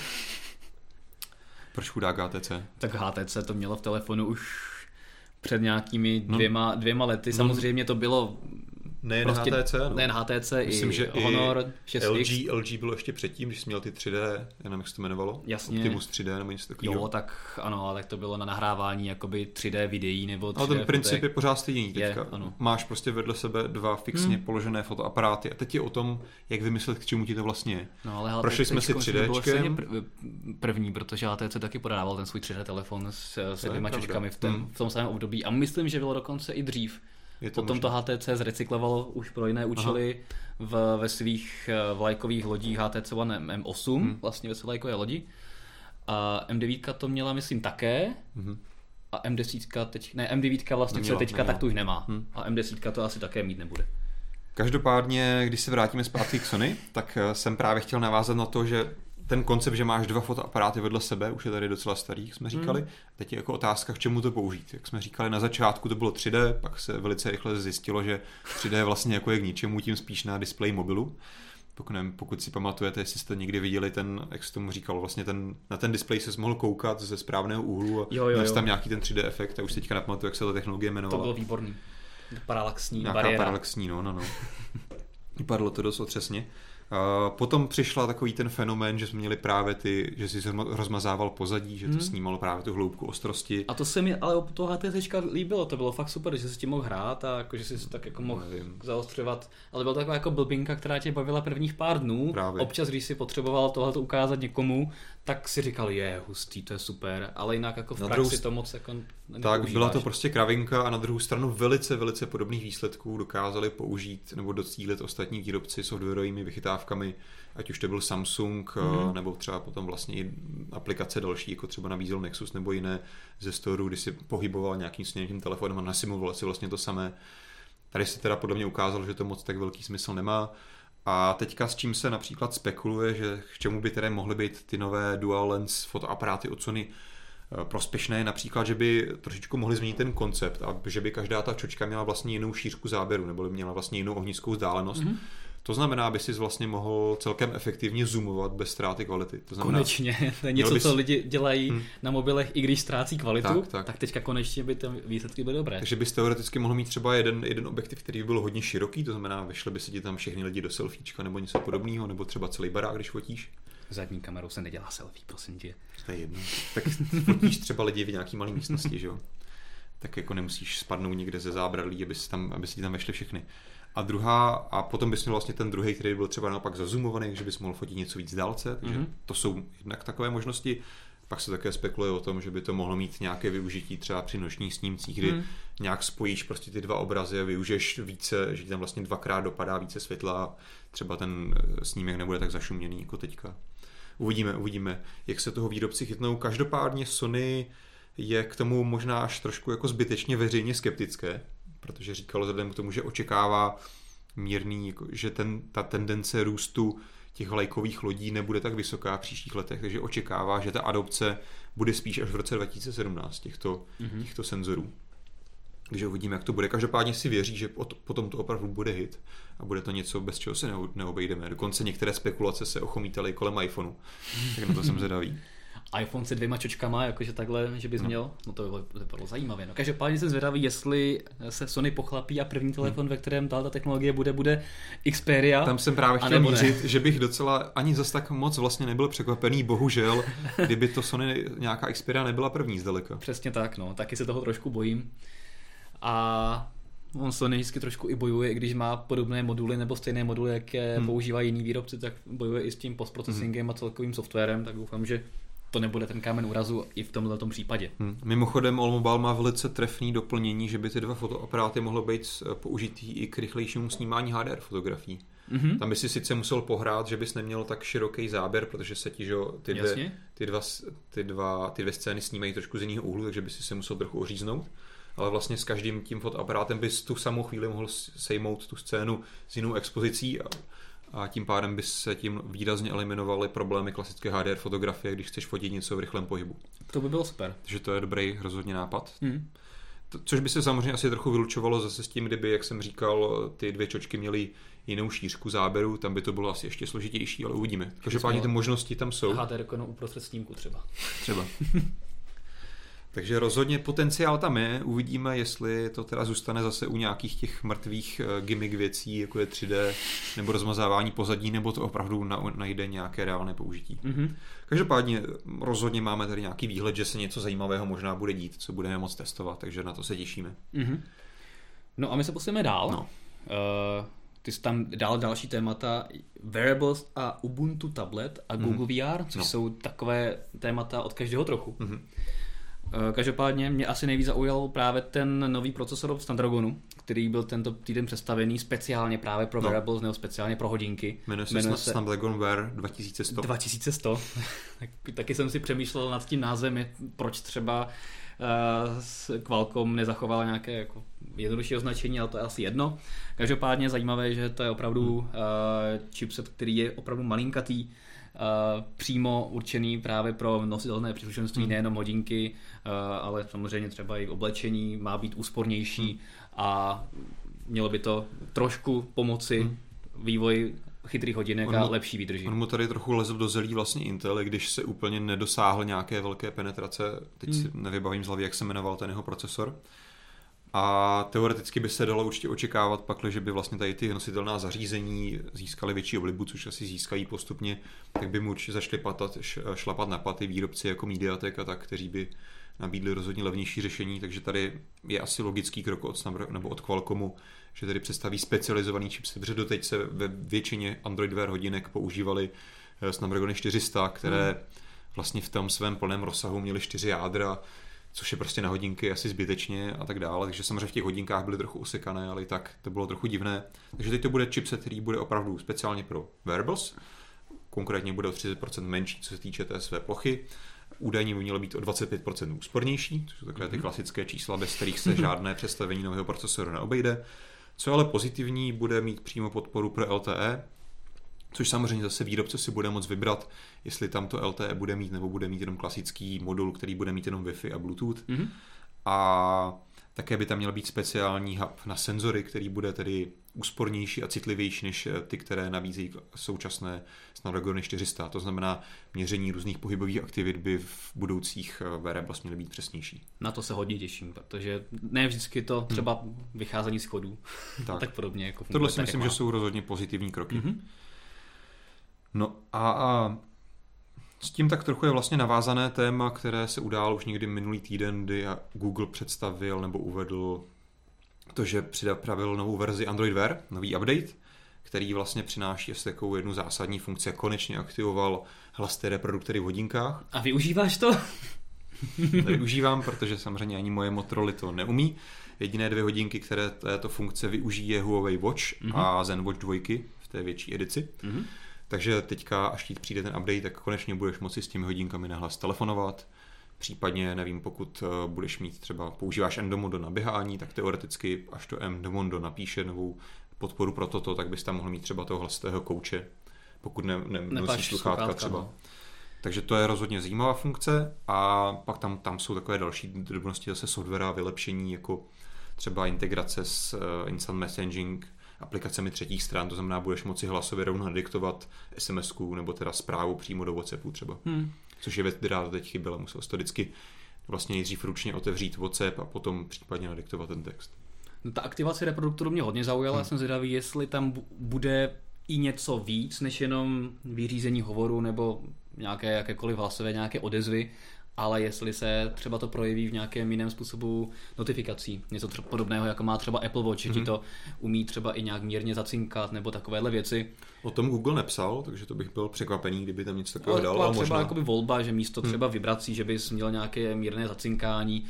Proč chudák HTC? Tak HTC to mělo v telefonu už před nějakými dvěma lety. Samozřejmě to bylo nejen prostě, HTC, no. Nejen HTC, myslím, i že Honor 6X. LG bylo ještě předtím, když jsi měl ty 3D, já nevím, jak se to jmenovalo. Jasně. Optimus 3D nebo něco takového. Jo, tak ano, tak to bylo na nahrávání jakoby 3D videí nebo 3D ale ten princip fotek. je pořád stejný teďka. Máš prostě vedle sebe 2 fixně položené fotoaparáty a teď je o tom, jak vymyslet, k čemu ti to vlastně je. No, ale prošli jsme si 3Dčkem. První, protože HTC taky podával ten svůj 3D telefon s 2 čočkami v tom samém období a myslím, že bylo dokonce i dřív. Potom to HTC zrecyklovalo už pro jiné účely ve svých vlajkových lodích HTC One M8, vlastně ve své vlajkové lodi. A M9 to měla, myslím, také. A M10 teď, ne, M9 vlastně neměla, teďka tak to už nemá. A M10 to asi také mít nebude. Každopádně, když se vrátíme zpátky k Sony, tak jsem právě chtěl navázat na to, že ten koncept, že máš 2 fotoaparáty vedle sebe, už je tady docela starý, jak jsme říkali. Teď je jako otázka, k čemu to použít. Jak jsme říkali, na začátku to bylo 3D, pak se velice rychle zjistilo, že 3D vlastně jako je k ničemu, tím spíš na displeji mobilu. Pokud si pamatujete, jestli jste někdy viděli ten, jak se tomu říkalo, vlastně na ten displej se mohl koukat ze správného úhlu a měl tam nějaký ten 3D efekt a už teďka nepamatuju, jak se ta technologie jmenovala. To bylo výborný. Paralaxní nějaká bariéra. Paralaxní, no. Vypadalo to dost otřesně. Potom přišla takový ten fenomén, že jsme měli právě že si rozmazával pozadí, že to snímalo právě tu hloubku ostrosti. A to se mi ale u toho HTC líbilo, to bylo fakt super, že jsi s tím mohl hrát a jako, že jsi tak jako mohl zaostřovat, ale byla taková jako blbinka, která tě bavila prvních pár dnů. Právě. Občas, když si potřeboval tohleto ukázat někomu, tak si říkal, hustý, to je super, ale jinak jako v praxi to moc jako tak byla to prostě kravinka a na druhou stranu velice, velice podobných výsledků dokázali použít nebo docílit ostatní výrobci softwarovými vychytávkami, ať už to byl Samsung, nebo třeba potom vlastně i aplikace další, jako třeba nabízel Nexus nebo jiné ze storu, kdy si pohyboval nějakým směrem telefonem a nasimuloval si vlastně to samé. Tady se teda podle mě ukázalo, že to moc tak velký smysl nemá. A teďka s čím se například spekuluje, že k čemu by tedy mohly být ty nové dual lens fotoaparáty od Sony prospěšné, například, že by trošičku mohli změnit ten koncept a že by každá ta čočka měla vlastně jinou šířku záběru nebo měla vlastně jinou ohniskou vzdálenost. To znamená, aby si vlastně mohl celkem efektivně zoomovat bez ztráty kvality. To znamená, konečně, to je něco, co lidi dělají na mobilech, i když ztrácí kvalitu, tak teďka konečně by ty výsledky byly dobré. Takže bys teoreticky mohl mít třeba jeden objektiv, který by byl hodně široký, to znamená, vešli by se ti tam všechny lidi do selfiečka nebo něco podobného, nebo třeba celý barák, když fotíš. Zadní kamerou se nedělá selfie, prosím tě. To je jedno. Tak fotíš třeba lidi v nějaký malé místnosti, že jo? Tak jako nemusíš spadnout někde ze zábradlí, aby si ti tam vešli všechny. A potom bys měl vlastně ten druhý, který byl třeba naopak zazoomovaný, že bys mohl fotit něco víc z dálce, takže to jsou jednak takové možnosti. Pak se také spekuluje o tom, že by to mohlo mít nějaké využití třeba při nočních snímcích, kdy nějak spojíš prostě ty 2 obrazy a využiješ více, že ti tam vlastně 2krát dopadá více světla a třeba ten snímek nebude tak zašuměný jako teďka. Uvidíme, jak se toho výrobci chytnou. Každopádně Sony je k tomu možná až trošku jako zbytečně veřejně skeptické, protože říkalo vzhledem k tomu, že očekává mírný, že ta tendence růstu těch vlajkových lodí nebude tak vysoká v příštích letech, takže očekává, že ta adopce bude spíš až v roce 2017 těchto senzorů. Takže uvidíme, jak to bude. Každopádně si věří, že potom to opravdu bude hit a bude to něco, bez čeho se neobejdeme. Dokonce některé spekulace se ochomítaly kolem iPhoneu, tak na to jsem zvědavý. iPhone se 2 čočkama, jakože takhle, že bys měl, no to by bylo zajímavé. No, každopádně jsem zvědavý, jestli se Sony pochlapí a první telefon, ve kterém ta technologie bude Xperia. Tam jsem právě chtěl mířit, že bych docela ani zas tak moc vlastně nebyl překvapený, bohužel, kdyby to Sony nějaká Xperia nebyla první zdaleka. Přesně tak, no, taky se toho trošku bojím. A on Sony vždycky trošku i bojuje, i když má podobné moduly nebo stejné moduly, jaké používají jiní výrobci, tak bojuje i s tím postprocessingem a celkovým softwarem, tak doufám, že to nebude ten kámen úrazu i v tomto případě. Mimochodem All-Mobile má velice trefný doplnění, že by ty dva fotoaparáty mohly být použitý i k rychlejšímu snímání HDR fotografií. Tam by si sice musel pohrát, že bys neměl tak široký záběr, protože se ti, že ty dvě scény snímají trošku z jiného úhlu, takže by si se musel trochu oříznout. Ale vlastně s každým tím fotoaparátem bys tu samou chvíli mohl sejmout tu scénu s jinou expozicí a tím pádem by se tím výrazně eliminovaly problémy klasické HDR fotografie, když chceš fotit něco v rychlém pohybu. To by bylo super. Takže to je dobrý rozhodně nápad. Což by se samozřejmě asi trochu vylučovalo zase s tím, kdyby, jak jsem říkal, ty dvě čočky měly jinou šířku záběru, tam by to bylo asi ještě složitější, ale uvidíme. Každopádně ty možnosti tam jsou. HDR uprostřed snímku třeba. Takže rozhodně potenciál tam je, uvidíme, jestli to teda zůstane zase u nějakých těch mrtvých gimmick věcí, jako je 3D nebo rozmazávání pozadí, nebo to opravdu najde nějaké reálné použití. Každopádně rozhodně máme tady nějaký výhled, že se něco zajímavého možná bude dít, co budeme moc testovat, takže na to se těšíme. No a my se posuneme dál. No. Ty jsi tam dal další témata, Wearables a Ubuntu tablet a Google VR, což jsou takové témata od každého trochu. Každopádně mě asi nejvíc zaujal právě ten nový procesor od Snapdragonu, který byl tento týden představený speciálně právě pro wearables nebo speciálně pro hodinky. Jmenuje se Snapdragon Wear 2100. 2100. Taky jsem si přemýšlel nad tím názvem, proč třeba Qualcomm nezachoval nějaké jako jednodušší označení, ale to je asi jedno. Každopádně zajímavé, že to je opravdu chipset, který je opravdu malinkatý, přímo určený právě pro nositelné příslušenství, nejenom hodinky, ale samozřejmě třeba i oblečení, má být úspornější a mělo by to trošku pomoci vývoji chytrých hodinek a lepší výdrží. On mu tady trochu lezl do zelí vlastně Intel, když se úplně nedosáhl nějaké velké penetrace, teď si nevybavím z hlavy, jak se jmenoval ten jeho procesor. A teoreticky by se dalo určitě očekávat pak, že by vlastně tady ty nositelná zařízení získaly větší oblibu, což asi získají postupně, tak by mu určitě začali šlapat na paty výrobci jako Mediatek a tak, kteří by nabídli rozhodně levnější řešení, takže tady je asi logický krok od Qualcommu, že tady představí specializovaný chipset, protože doteď se ve většině Android Wear hodinek používaly Snapdragony 400, které vlastně v tom svém plném rozsahu měly 4 jádra, což je prostě na hodinky asi zbytečně a tak dále, takže samozřejmě v těch hodinkách byly trochu usekané, ale i tak to bylo trochu divné. Takže teď to bude chipset, který bude opravdu speciálně pro wearables, konkrétně bude o 30% menší, co se týče té své plochy. Údajně by mělo být o 25% úspornější, což jsou takové ty klasické čísla, bez kterých se žádné představení nového procesoru neobejde. Co je ale pozitivní, bude mít přímo podporu pro LTE, což samozřejmě zase výrobce si bude moct vybrat, jestli tam to LTE bude mít, nebo bude mít jenom klasický modul, který bude mít jenom Wi-Fi a Bluetooth. A také by tam měl být speciální hub na senzory, který bude tedy úspornější a citlivější než ty, které nabízejí současné Snapdragony 400. To znamená, měření různých pohybových aktivit by v budoucích wearables měly být přesnější. Na to se hodně těším, protože ne vždycky to třeba vycházení z chodů. Tak podobně. Jako tohle si myslím, že jsou rozhodně pozitivní kroky. No a s tím tak trochu je vlastně navázané téma, které se událo už někdy minulý týden, kdy Google představil nebo uvedl to, že připravil novou verzi Android Wear, nový update, který vlastně přináší asi takovou jednu zásadní funkci. Konečně aktivoval hlasité reproduktory v hodinkách. A využíváš to? Nevyužívám, protože samozřejmě ani moje Motorola to neumí. Jediné 2 hodinky, které této funkce využijí, je Huawei Watch a ZenWatch 2 v té větší edici. Takže teďka, až přijde ten update, tak konečně budeš moci s těmi hodinkami nahlas telefonovat. Případně, nevím, pokud budeš mít třeba, používáš Endomondo na běhání, tak teoreticky, až to Endomondo napíše novou podporu pro toto, tak bys tam mohl mít třeba toho hlasitého kouče, pokud nenosíš sluchátka třeba. No. Takže to je rozhodně zajímavá funkce a pak tam jsou takové další drobnosti zase software a vylepšení, jako třeba integrace s instant messaging, aplikacemi třetích stran, to znamená, budeš moci hlasově rovnou nadiktovat SMS-ku nebo teda zprávu přímo do WhatsAppu třeba. což je věc, která teď chyběla. Musel to vždycky vlastně nejdřív ručně otevřít WhatsApp a potom případně nadiktovat ten text. No, ta aktivace reproduktoru mě hodně zaujala, já jsem zvědavý, jestli tam bude i něco víc, než jenom vyřízení hovoru nebo nějaké jakékoliv hlasové, nějaké odezvy, ale jestli se třeba to projeví v nějakém jiném způsobu notifikací. Něco podobného, jako má třeba Apple Watch, že ti to umí třeba i nějak mírně zacinkat nebo takovéhle věci. O tom Google nepsal, takže to bych byl překvapený, kdyby tam něco takového dal. Ale třeba možná jakoby volba, že místo třeba vibrací, že bys měl nějaké mírné zacinkání.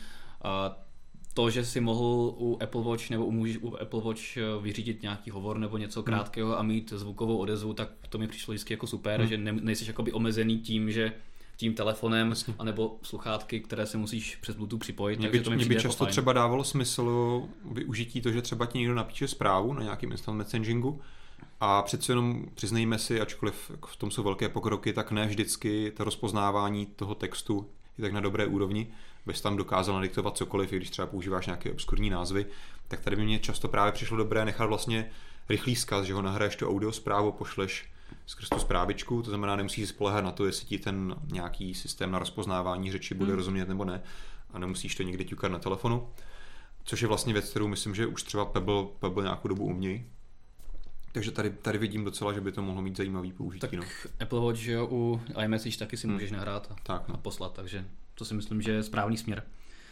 To, že si mohl u Apple Watch nebo můžeš u Apple Watch vyřídit nějaký hovor nebo něco krátkého a mít zvukovou odezvu, tak to mi přišlo vždycky jako super, že nejsi jakoby omezený tím, že tím telefonem, anebo sluchátky, které se musíš přes Bluetooth připojit. Mě by často třeba dávalo smysl využití to, že třeba ti někdo napíše zprávu na nějakým instant messagingu a přece jenom přiznejme si, ačkoliv v tom jsou velké pokroky, tak ne vždycky to rozpoznávání toho textu je tak na dobré úrovni, bys tam dokázal nadiktovat cokoliv, i když třeba používáš nějaké obskurní názvy, tak tady by mě často právě přišlo dobré nechat vlastně rychlý vzkaz, že ho nahraješ tu audio zprávu, pošleš skrz tu zprávičku, to znamená, nemusíš spoléhat na to, jestli ti ten nějaký systém na rozpoznávání řeči bude rozumět nebo ne, a nemusíš to někde ťukat na telefonu, což je vlastně věc, kterou myslím, že už třeba Pebble nějakou dobu umějí. Takže tady vidím docela, že by to mohlo mít zajímavý použití. Tak no. Apple Watch, že jo, u iMessage taky si můžeš nahrát a poslat, takže to si myslím, že je správný směr.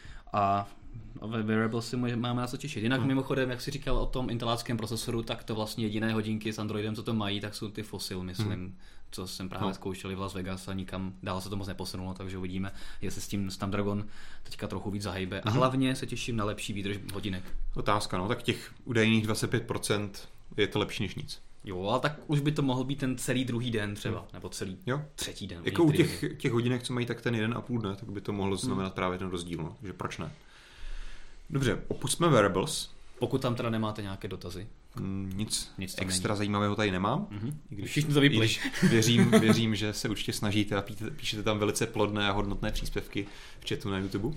A ve Wearables si máme na co těšit. Jinak mimochodem, jak jsi říkal o tom inteláckém procesoru, tak to vlastně jediné hodinky s Androidem, co to mají, tak jsou ty Fossil, myslím, co jsem právě zkoušeli v Las Vegas a nikam dál se to moc neposunulo, takže uvidíme, jestli s tím Snapdragon teďka trochu víc zahejbe. A hlavně se těším na lepší výdrž hodinek. Otázka, no, tak těch údajných 25% je to lepší než nic. Jo, ale tak už by to mohl být ten celý druhý den třeba, nebo celý třetí den. Jako u těch hodinek, co mají tak ten 1,5 dne, tak by to mohlo znamenat právě ten rozdíl, no. Takže proč ne? Dobře, opustíme Wearables. Pokud tam teda nemáte nějaké dotazy. Nic extra zajímavého tady nemám. Všichni to vypli. Věřím, že se určitě snažíte a píšete tam velice plodné a hodnotné příspěvky v chatu na YouTube.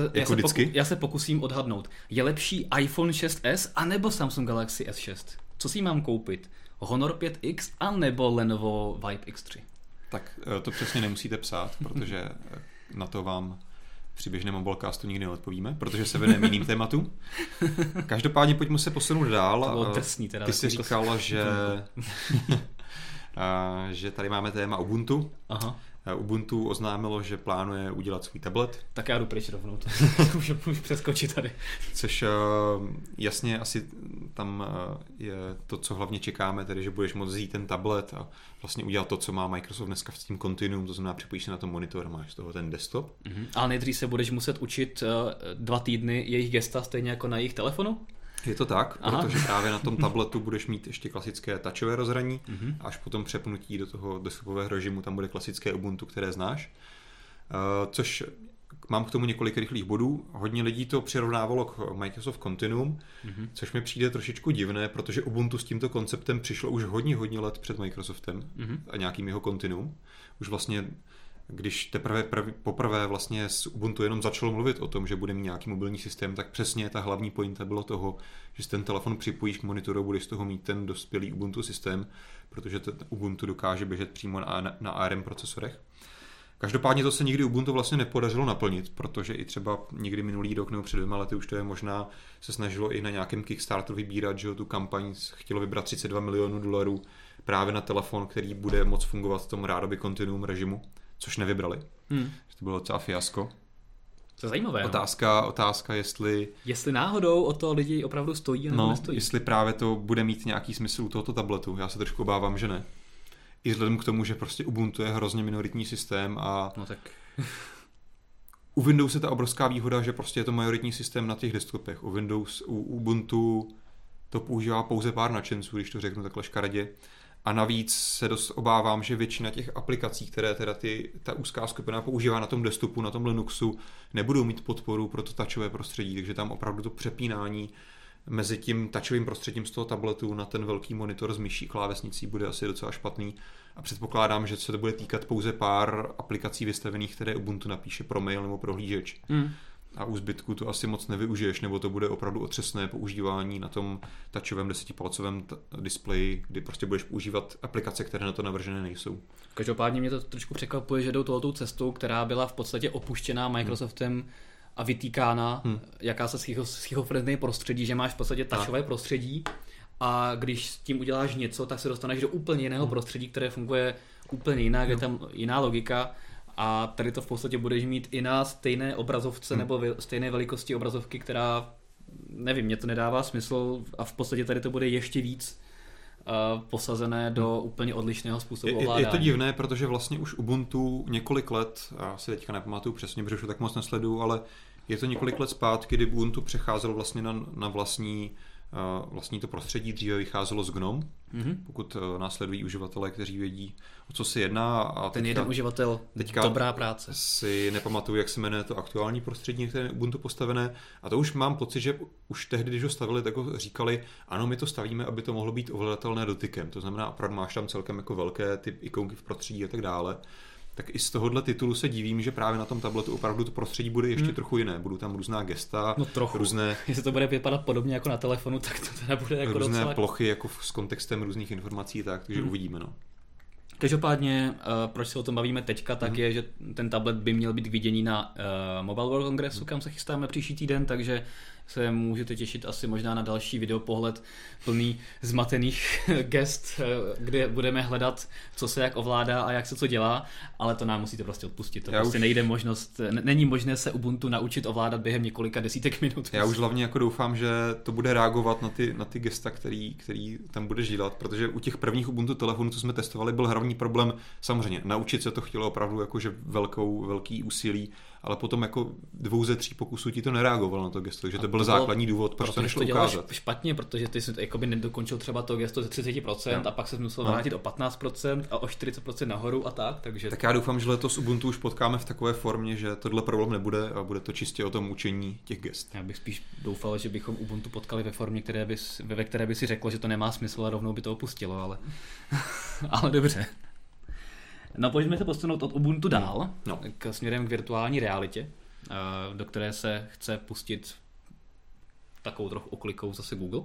Já se pokusím odhadnout. Je lepší iPhone 6s anebo Samsung Galaxy S6? Co si mám koupit? Honor 5X anebo Lenovo Vibe X3? Tak to přesně nemusíte psát, protože na to vám při běžném mobilecastu nikdy neodpovíme, protože se věnujeme jiným tématům. Každopádně pojďme se posunout dál. Ty jsi říkal, že tady máme téma Ubuntu. Aha. Ubuntu oznámilo, že plánuje udělat svůj tablet. Tak já jdu pryč rovnou, můžu přeskočit tady. Což jasně asi tam je to, co hlavně čekáme, tedy že budeš moct vzít ten tablet a vlastně udělat to, co má Microsoft dneska v Team Continuum, to znamená připojíš se na tom monitor a máš z toho ten desktop. Ale nejdřív se budeš muset učit 2 týdny jejich gesta stejně jako na jejich telefonu? Je to tak, protože právě na tom tabletu budeš mít ještě klasické touchové rozhraní, až potom přepnutí do toho desktopového režimu tam bude klasické Ubuntu, které znáš. Což mám k tomu několik rychlých bodů. Hodně lidí to přirovnávalo k Microsoft Continuum, což mi přijde trošičku divné, protože Ubuntu s tímto konceptem přišlo už hodně let před Microsoftem a nějakým jeho Continuum. Už vlastně když poprvé vlastně s Ubuntu jenom začalo mluvit o tom, že bude mít nějaký mobilní systém, tak přesně ta hlavní pointa bylo toho, že si ten telefon připojíš k monitoru, budeš z toho mít ten dospělý Ubuntu systém, protože ten Ubuntu dokáže běžet přímo na ARM procesorech. Každopádně to se nikdy Ubuntu vlastně nepodařilo naplnit, protože i třeba někdy minulý rok nebo před 2 lety už to je možná se snažilo i na nějakém Kickstarteru vybírat, že tu kampaň chtělo vybrat $32 milionů právě na telefon, který bude moct fungovat v tom rádoby Continuum režimu, což nevybrali. To bylo docela fiasko. To je zajímavé. Otázka, jestli náhodou o to lidi opravdu stojí nebo nestojí. Jestli právě to bude mít nějaký smysl u tohoto tabletu. Já se trošku obávám, že ne. I vzhledem k tomu, že prostě Ubuntu je hrozně minoritní systém a no tak. U Windowsu je ta obrovská výhoda, že prostě je to majoritní systém na těch desktopech. U Ubuntu to používá pouze pár nadšenců, když to řeknu takhle škaredě. A navíc se dost obávám, že většina těch aplikací, které teda ta úzká skupina používá na tom desktopu, na tom Linuxu, nebudou mít podporu pro to touchové prostředí, takže tam opravdu to přepínání mezi tím touchovým prostředím z toho tabletu na ten velký monitor s myší klávesnicí bude asi docela špatný. A předpokládám, že se to bude týkat pouze pár aplikací vystavených, které Ubuntu napíše pro mail nebo prohlížeč. a u zbytku to asi moc nevyužiješ, nebo to bude opravdu otřesné používání na tom touchovém 10palcovém displeji, kdy prostě budeš používat aplikace, které na to navržené nejsou. Každopádně mě to trošku překvapuje, že jdou touto cestou, která byla v podstatě opuštěná Microsoftem a vytýkána jaká se schizofrenní prostředí, že máš v podstatě touchové prostředí a když s tím uděláš něco, tak se dostaneš do úplně jiného prostředí, které funguje úplně jinak, je tam jiná logika. A tady to v podstatě budeš mít i na stejné obrazovce nebo stejné velikosti obrazovky, která, nevím, mně to nedává smysl a v podstatě tady to bude ještě víc posazené do úplně odlišného způsobu ovládání. Je to divné, protože vlastně už Ubuntu několik let, já si teďka nepamatuju přesně, protože už tak moc nesleduju, ale je to několik let zpátky, kdy Ubuntu přecházel vlastně na vlastní to prostředí, dříve vycházelo z GNOME, pokud následují uživatelé, kteří vědí, o co se jedná. A ten jeden uživatel, dobrá práce. Si nepamatuju, jak se jmenuje to aktuální prostředí, které je Ubuntu postavené. A to už mám pocit, že už tehdy, když ho stavili, tak ho říkali, ano, my to stavíme, aby to mohlo být ovladatelné dotykem. To znamená, opravdu máš tam celkem jako velké ty ikonky v prostředí a tak dále. Tak i z tohohle titulu se divím, že právě na tom tabletu opravdu to prostředí bude ještě trochu jiné. Budou tam různá gesta, různé... Jestli to bude vypadat podobně jako na telefonu, tak to teda bude jako různé docela... plochy jako s kontextem různých informací, takže uvidíme. No. Každopádně, proč se o tom bavíme teďka, tak je, že ten tablet by měl být k vidění na Mobile World Congressu, kam se chystáme příští týden, takže se můžete těšit asi možná na další videopohled plný zmatených gest, kde budeme hledat, co se jak ovládá a jak se co dělá, ale to nám musíte prostě odpustit. To prostě nejde není možné se Ubuntu naučit ovládat během několika desítek minut. Já už hlavně jako doufám, že to bude reagovat na ty gesta, který tam budeš dělat, protože u těch prvních Ubuntu telefonů, co jsme testovali, byl hlavní problém samozřejmě naučit se to chtělo opravdu jakože velký úsilí, ale potom jako 2 ze 3 pokusů ti to nereagovalo na to gesto, takže to byl základní důvod, proč to nešlo ukázat. Špatně, protože ty jsi jakoby nedokončil třeba to gesto ze 30% a pak se musel vrátit o 15% a o 40% nahoru a tak, takže... Tak já doufám, že letos Ubuntu už potkáme v takové formě, že tohle problém nebude a bude to čistě o tom učení těch gest. Já bych spíš doufal, že bychom Ubuntu potkali ve formě, ve které by si řeklo, že to nemá smysl a rovnou by to opustilo, ale ale dobře. No, pojďme se posunout od Ubuntu dál, směrem k virtuální realitě, do které se chce pustit takovou trochu oklikou zase Google.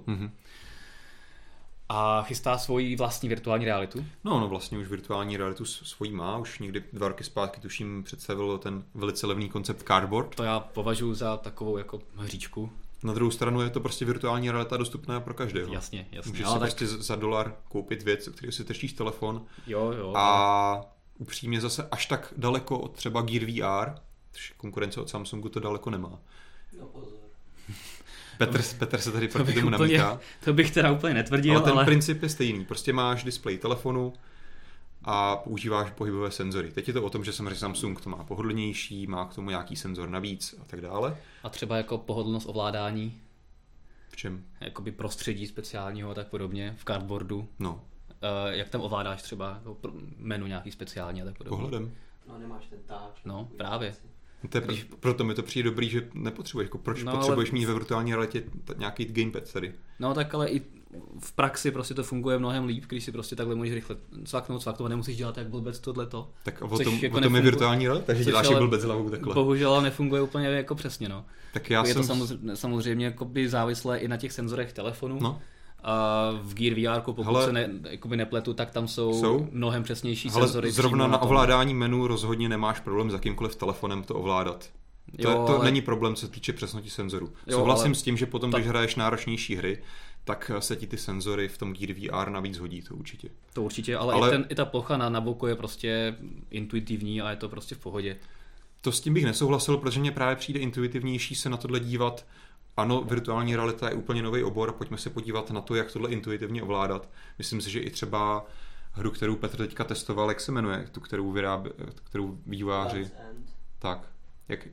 A chystá svoji vlastní virtuální realitu. No, vlastně už virtuální realitu svojí má, už někdy 2 roky zpátky tuším představil ten velice levný koncept Cardboard. To já považuji za takovou jako hříčku. Na druhou stranu je to prostě virtuální realita dostupná pro každého. Jasně. Můžeš si prostě za $1 koupit věc, o které si trčíš telefon. Jo. A upřímně zase až tak daleko od třeba Gear VR, konkurence od Samsungu to daleko nemá. No pozor. Petr se tady proti tomu namítá. To bych teda úplně netvrdil, ale ten princip je stejný. Prostě máš displej telefonu a používáš pohybové senzory. Teď je to o tom, že samozřejmě Samsung to má pohodlnější, má k tomu nějaký senzor navíc a tak dále. A třeba jako pohodlnost ovládání. V čem? Jakoby prostředí speciálního a tak podobně v Cardboardu. No. Jak tam ovládáš třeba jako menu nějaký speciální a tak podobně. Pohledem. No, nemáš ten touch. No, právě. Proto mi to přijde dobrý, že nepotřebuješ. Jako proč potřebuješ mít ve virtuální realitě nějaký gamepad tady? No tak ale i v praxi prostě to funguje mnohem líp, když si prostě takhle můžeš rychle cvaknout, nemusíš dělat jak blbec tohleto. Tak o tom je virtuální realita, takže děláš jak blbec hlavou takhle. Bohužel nefunguje úplně jako přesně, no. Tak je to samozřejmě jakoby závislé i na těch senzorech telefonu. No. A v Gear VR, pokud se nepletu, tak tam jsou mnohem přesnější senzory. Zrovna na ovládání menu rozhodně nemáš problém s jakýmkoliv telefonem to ovládat. To není problém, co se týče přesnosti senzorů. Souhlasím s tím, že potom, když hraješ náročnější hry, tak se ti ty senzory v tom Gear VR navíc hodí, to určitě. To určitě, ale i ta plocha na boku je prostě intuitivní a je to prostě v pohodě. To s tím bych nesouhlasil, protože mně právě přijde intuitivnější se na tohle dívat. Ano, virtuální realita je úplně nový obor, pojďme se podívat na to, jak tohle intuitivně ovládat. Myslím si, že i třeba hru, kterou Petr teďka testoval, jak se jmenuje, tu, kterou vývojáři... Tak, jak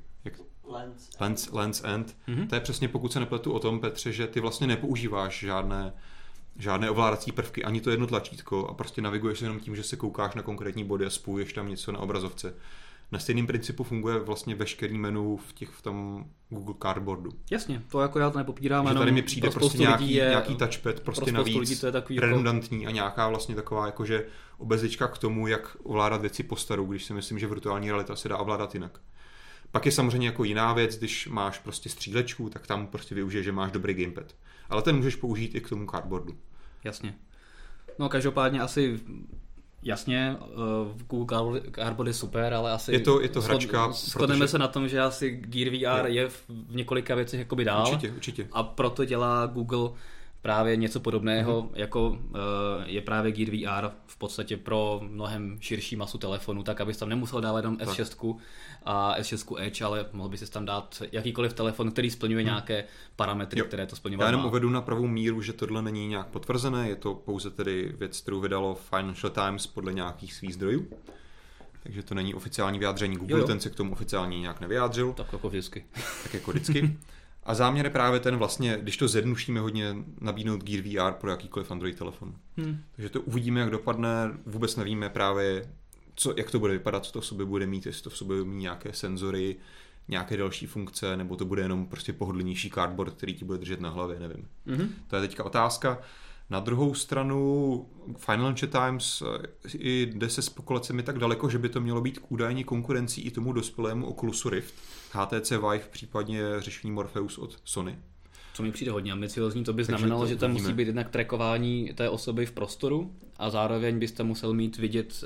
Land's End. To je přesně, pokud se nepletu o tom, Petře, že ty vlastně nepoužíváš žádné ovládací prvky, ani to jedno tlačítko a prostě naviguješ jenom tím, že se koukáš na konkrétní body a spojuješ tam něco na obrazovce. Na stejném principu funguje vlastně veškerý menu v tom Google Cardboardu. Jasně, to jako já to nepopírám. Že tady mi přijde prostě nějaký touchpad prostě navíc redundantní a nějaká vlastně taková jakože obezlička k tomu, jak ovládat věci po staru, když si myslím, že virtuální realita se dá ovládat jinak. Pak je samozřejmě jako jiná věc, když máš prostě střílečku, tak tam prostě využiješ, že máš dobrý gamepad. Ale ten můžeš použít i k tomu cardboardu. Jasně. No každopádně asi jasně, Google Cardboard je super, ale asi je to hračka. Shodneme se na tom, že asi Gear VR je v několika věcech jakoby dál. Určitě. A proto dělá Google právě něco podobného, jako je právě Gear VR v podstatě pro mnohem širší masu telefonů, tak abys tam nemusel dávat jenom S6 a S6 Edge, ale mohl bys tam dát jakýkoliv telefon, který splňuje nějaké parametry, které to splňovat má. Já jenom uvedu na pravou míru, že tohle není nějak potvrzené, je to pouze tedy věc, kterou vydalo Financial Times podle nějakých svých zdrojů. Takže to není oficiální vyjádření Google, ten se k tomu oficiálně nějak nevyjádřil. Tak jako vždycky. Tak jako vždycky. A záměr je právě ten vlastně, když to zjednodušíme hodně, nabídnout Gear VR pro jakýkoliv Android telefon. Takže to uvidíme, jak dopadne, vůbec nevíme právě, jak to bude vypadat, co to v sobě bude mít, jestli to v sobě mít nějaké senzory, nějaké další funkce, nebo to bude jenom prostě pohodlnější cardboard, který ti bude držet na hlavě, nevím. To je teďka otázka. Na druhou stranu Financial Times jde se spekulacemi tak daleko, že by to mělo být údajně konkurencí i tomu dospělému Oculusu Rift, HTC Vive, případně řešení Morpheus od Sony. Co mi přijde hodně ambiciozní, to by znamenalo, že tam musí být jednak trackování té osoby v prostoru a zároveň byste musel mít vidět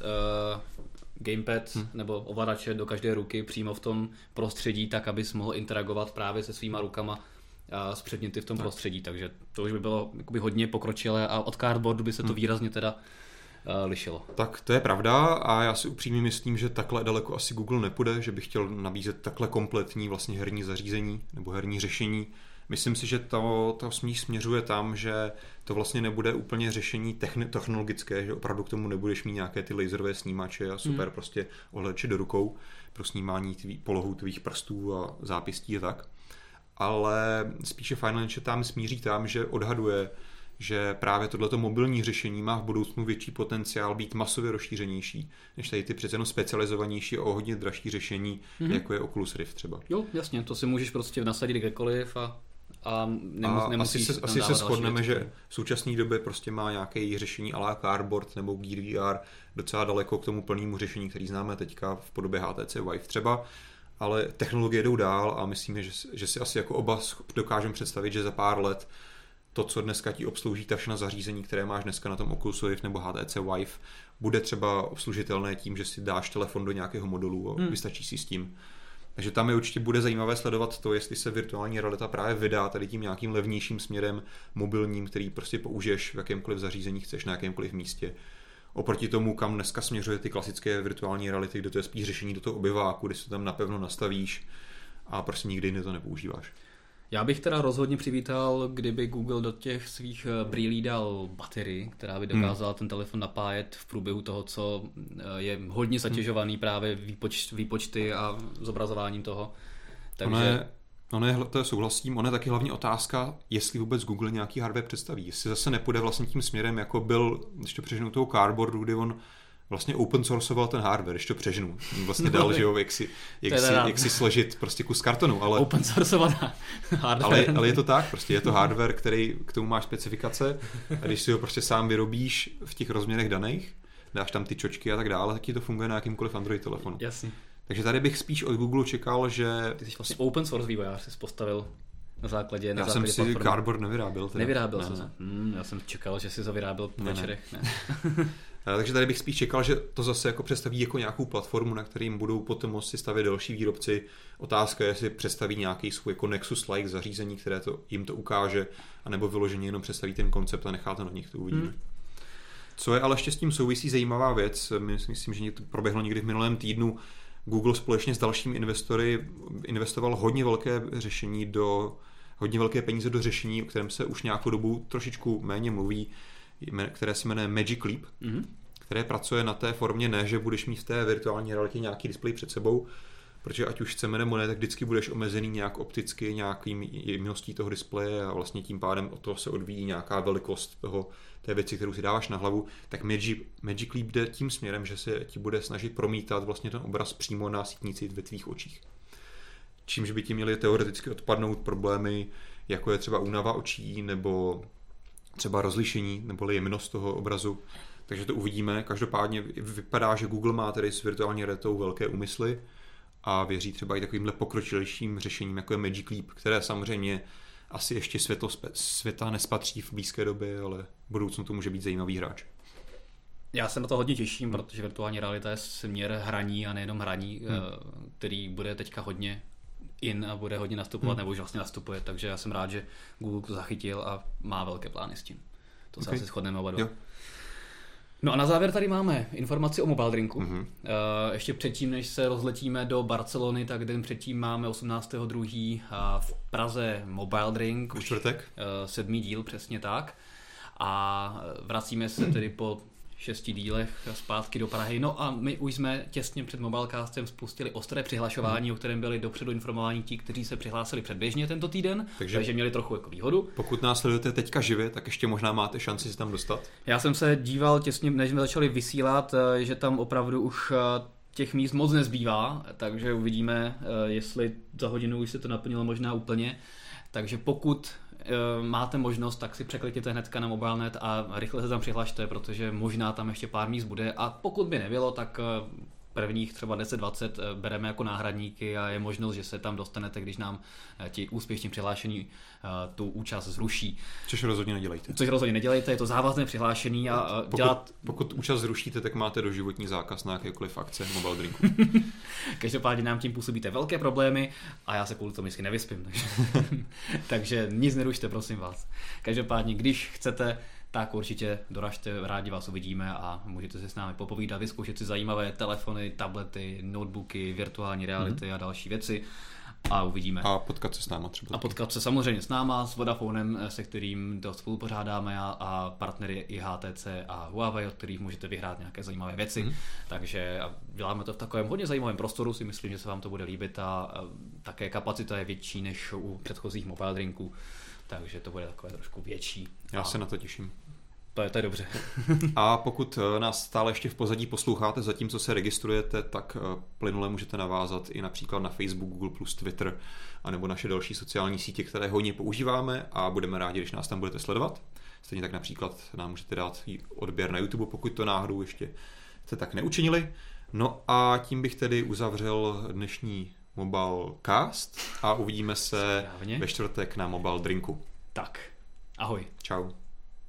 gamepad nebo ovladače do každé ruky přímo v tom prostředí, tak abys mohl interagovat právě se svýma rukama s předměty v tom prostředí, takže to už by bylo jakoby hodně pokročilé a od cardboardu by se to výrazně teda lišilo. Tak to je pravda a já si upřímně myslím, že takhle daleko asi Google nepůjde, že by chtěl nabízet takhle kompletní vlastně herní zařízení nebo herní řešení. Myslím si, že to směřuje tam, že to vlastně nebude úplně řešení technologické, že opravdu k tomu nebudeš mít nějaké ty laserové snímače a super prostě ohledače do rukou pro snímání polohu tvých prstů a zápěstí a tak. Ale spíše Financial Times smíří tam, že odhaduje, že právě tohleto mobilní řešení má v budoucnu větší potenciál být masově rozšířenější, než tady ty přece jenom specializovanější a o hodně dražší řešení, jako je Oculus Rift třeba. Jo, jasně, to si můžeš prostě nasadit kdekoliv a nemusíš asi se shodneme, že v současné době prostě má nějaké řešení à la cardboard nebo Gear VR docela daleko k tomu plnému řešení, který známe teďka v podobě HTC Vive třeba. Ale technologie jdou dál a myslíme, že si asi jako oba dokážeme představit, že za pár let to, co dneska ti obslouží ta všechna zařízení, které máš dneska na tom Oculus Rift nebo HTC Vive, bude třeba obslužitelné tím, že si dáš telefon do nějakého modulu a vystačí si s tím. Takže tam je určitě bude zajímavé sledovat to, jestli se virtuální realita právě vydá tady tím nějakým levnějším směrem mobilním, který prostě použiješ v jakémkoliv zařízení chceš na jakémkoliv místě. Oproti tomu, kam dneska směřuje ty klasické virtuální reality, kde to je spíš řešení do toho obyváku, kde se tam napevno nastavíš a prostě nikdy jiný to nepoužíváš. Já bych teda rozhodně přivítal, kdyby Google do těch svých brýlí dal baterii, která by dokázala ten telefon napájet v průběhu toho, co je hodně zatěžovaný právě výpočty a zobrazováním toho. Takže... To souhlasím, ono je taky hlavně otázka, jestli vůbec Google nějaký hardware představí. Jestli zase nepůjde vlastně tím směrem, jako byl, když to přeženu toho cardboardu, kdy on vlastně open sourceoval ten hardware, když to přeženu. Vlastně dal, že jo, jak si složit prostě kus kartonu. Ale, open sourceovat hardware. Ale je to tak, prostě je to hardware, který k tomu máš specifikace a když si ho prostě sám vyrobíš v těch rozměrech daných, dáš tam ty čočky a tak dále, tak ti to funguje na jakýmkoliv Android telefonu. Jasně. Takže tady bych spíš od Google čekal, že... Ty jsi vlastně open source vývojář, jsi postavil na základě Já jsem si platformy. Cardboard nevyráběl. Nevyráběl jsi se. Já jsem čekal, že jsi to vyráběl po večerech. Ne. Takže tady bych spíš čekal, že to zase jako představí jako nějakou platformu, na kterým budou potom moci stavět další výrobci. Otázka je, jestli představí nějaký svůj jako Nexus-like zařízení, které jim to ukáže, anebo vyloženě jenom představí ten koncept a nechá to na nich, to uvidíme. Co je ale ještě s tím souvisí zajímavá věc, myslím, že to proběhlo někdy v minulém týdnu. Google společně s dalšími investory investoval hodně velké peníze do řešení, o kterém se už nějakou dobu trošičku méně mluví, které se jmenuje Magic Leap, které pracuje na té formě ne, že budeš mít v té virtuální realitě nějaký displej před sebou, protože ať už chceme nebo ne, tak vždycky budeš omezený nějak opticky nějakým jemností toho displeje a vlastně tím pádem od toho se odvíjí nějaká velikost té věci, kterou si dáváš na hlavu, tak Magic Leap jde tím směrem, že se ti bude snažit promítat vlastně ten obraz přímo na sítnici ve tvých očích. Čímž by ti měly teoreticky odpadnout problémy, jako je třeba únava očí nebo třeba rozlišení nebo jemnost toho obrazu. Takže to uvidíme. Každopádně vypadá, že Google má tedy s virtuální realitou velké úmysly a věří třeba i takovýmhle pokročilejším řešením, jako je Magic Leap, které samozřejmě asi ještě světa nespatří v blízké době, ale v budoucnu to může být zajímavý hráč. Já se na to hodně těším, protože virtuální realita je směr hraní a nejenom hraní, který bude teďka hodně in a bude hodně nastupovat, nebo už vlastně nastupuje, takže já jsem rád, že Google to zachytil a má velké plány s tím. To se asi shodneme oba dva. No a na závěr tady máme informaci o Mobile Drinku. Ještě předtím, než se rozletíme do Barcelony, tak den předtím máme 18.2. v Praze Mobile Drink. Už čtvrtek? 7. díl, přesně tak. A vracíme se tedy po 6 dílech zpátky do Prahy. No a my už jsme těsně před Mobilecastem spustili ostré přihlašování, o kterém byli dopředu informováni ti, kteří se přihlásili předběžně tento týden, takže měli trochu jako výhodu. Pokud nás sledujete teďka živě, tak ještě možná máte šanci se tam dostat. Já jsem se díval těsně, než jsme začali vysílat, že tam opravdu už těch míst moc nezbývá, takže uvidíme, jestli za hodinu už se to naplnilo možná úplně. Takže pokud máte možnost, tak si překlikněte hnedka na Mobilnet a rychle se tam přihlašte, protože možná tam ještě pár míst bude a pokud by nebylo, tak prvních třeba 10-20 bereme jako náhradníky a je možnost, že se tam dostanete, když nám ti úspěšně přihlášení tu účast zruší. Což rozhodně nedělejte. Je to závazné přihlášení a pokud účast zrušíte, tak máte doživotní zákaz na jakékoliv akce Mobile Drinku. Každopádně nám tím působíte velké problémy a já se kvůli tomu vždycky nevyspím. Takže nic nerušte, prosím vás. Každopádně, když chcete, tak určitě doražte, rádi vás uvidíme a můžete se s námi popovídat, vyzkoušet si zajímavé telefony, tablety, notebooky, virtuální reality a další věci a uvidíme. A potkat se s náma třeba. A potkat se samozřejmě s náma, s Vodafonem, se kterým to spolupořádáme a partnery i HTC a Huawei, od kterých můžete vyhrát nějaké zajímavé věci. Takže děláme to v takovém hodně zajímavém prostoru, si myslím, že se vám to bude líbit a také kapacita je větší než u předchozích Mobile Drinků. Takže to bude takové trošku větší. Já se na to těším. To je dobře. A pokud nás stále ještě v pozadí posloucháte, zatímco se registrujete, tak plynule můžete navázat i například na Facebook, Google+, Twitter, anebo naše další sociální sítě, které hodně používáme a budeme rádi, když nás tam budete sledovat. Stejně tak například nám můžete dát odběr na YouTube, pokud to náhodou ještě jste tak neučinili. No a tím bych tedy uzavřel dnešní Mobilecast a uvidíme se ve čtvrtek na Mobile Drinku. Tak, ahoj. Čau.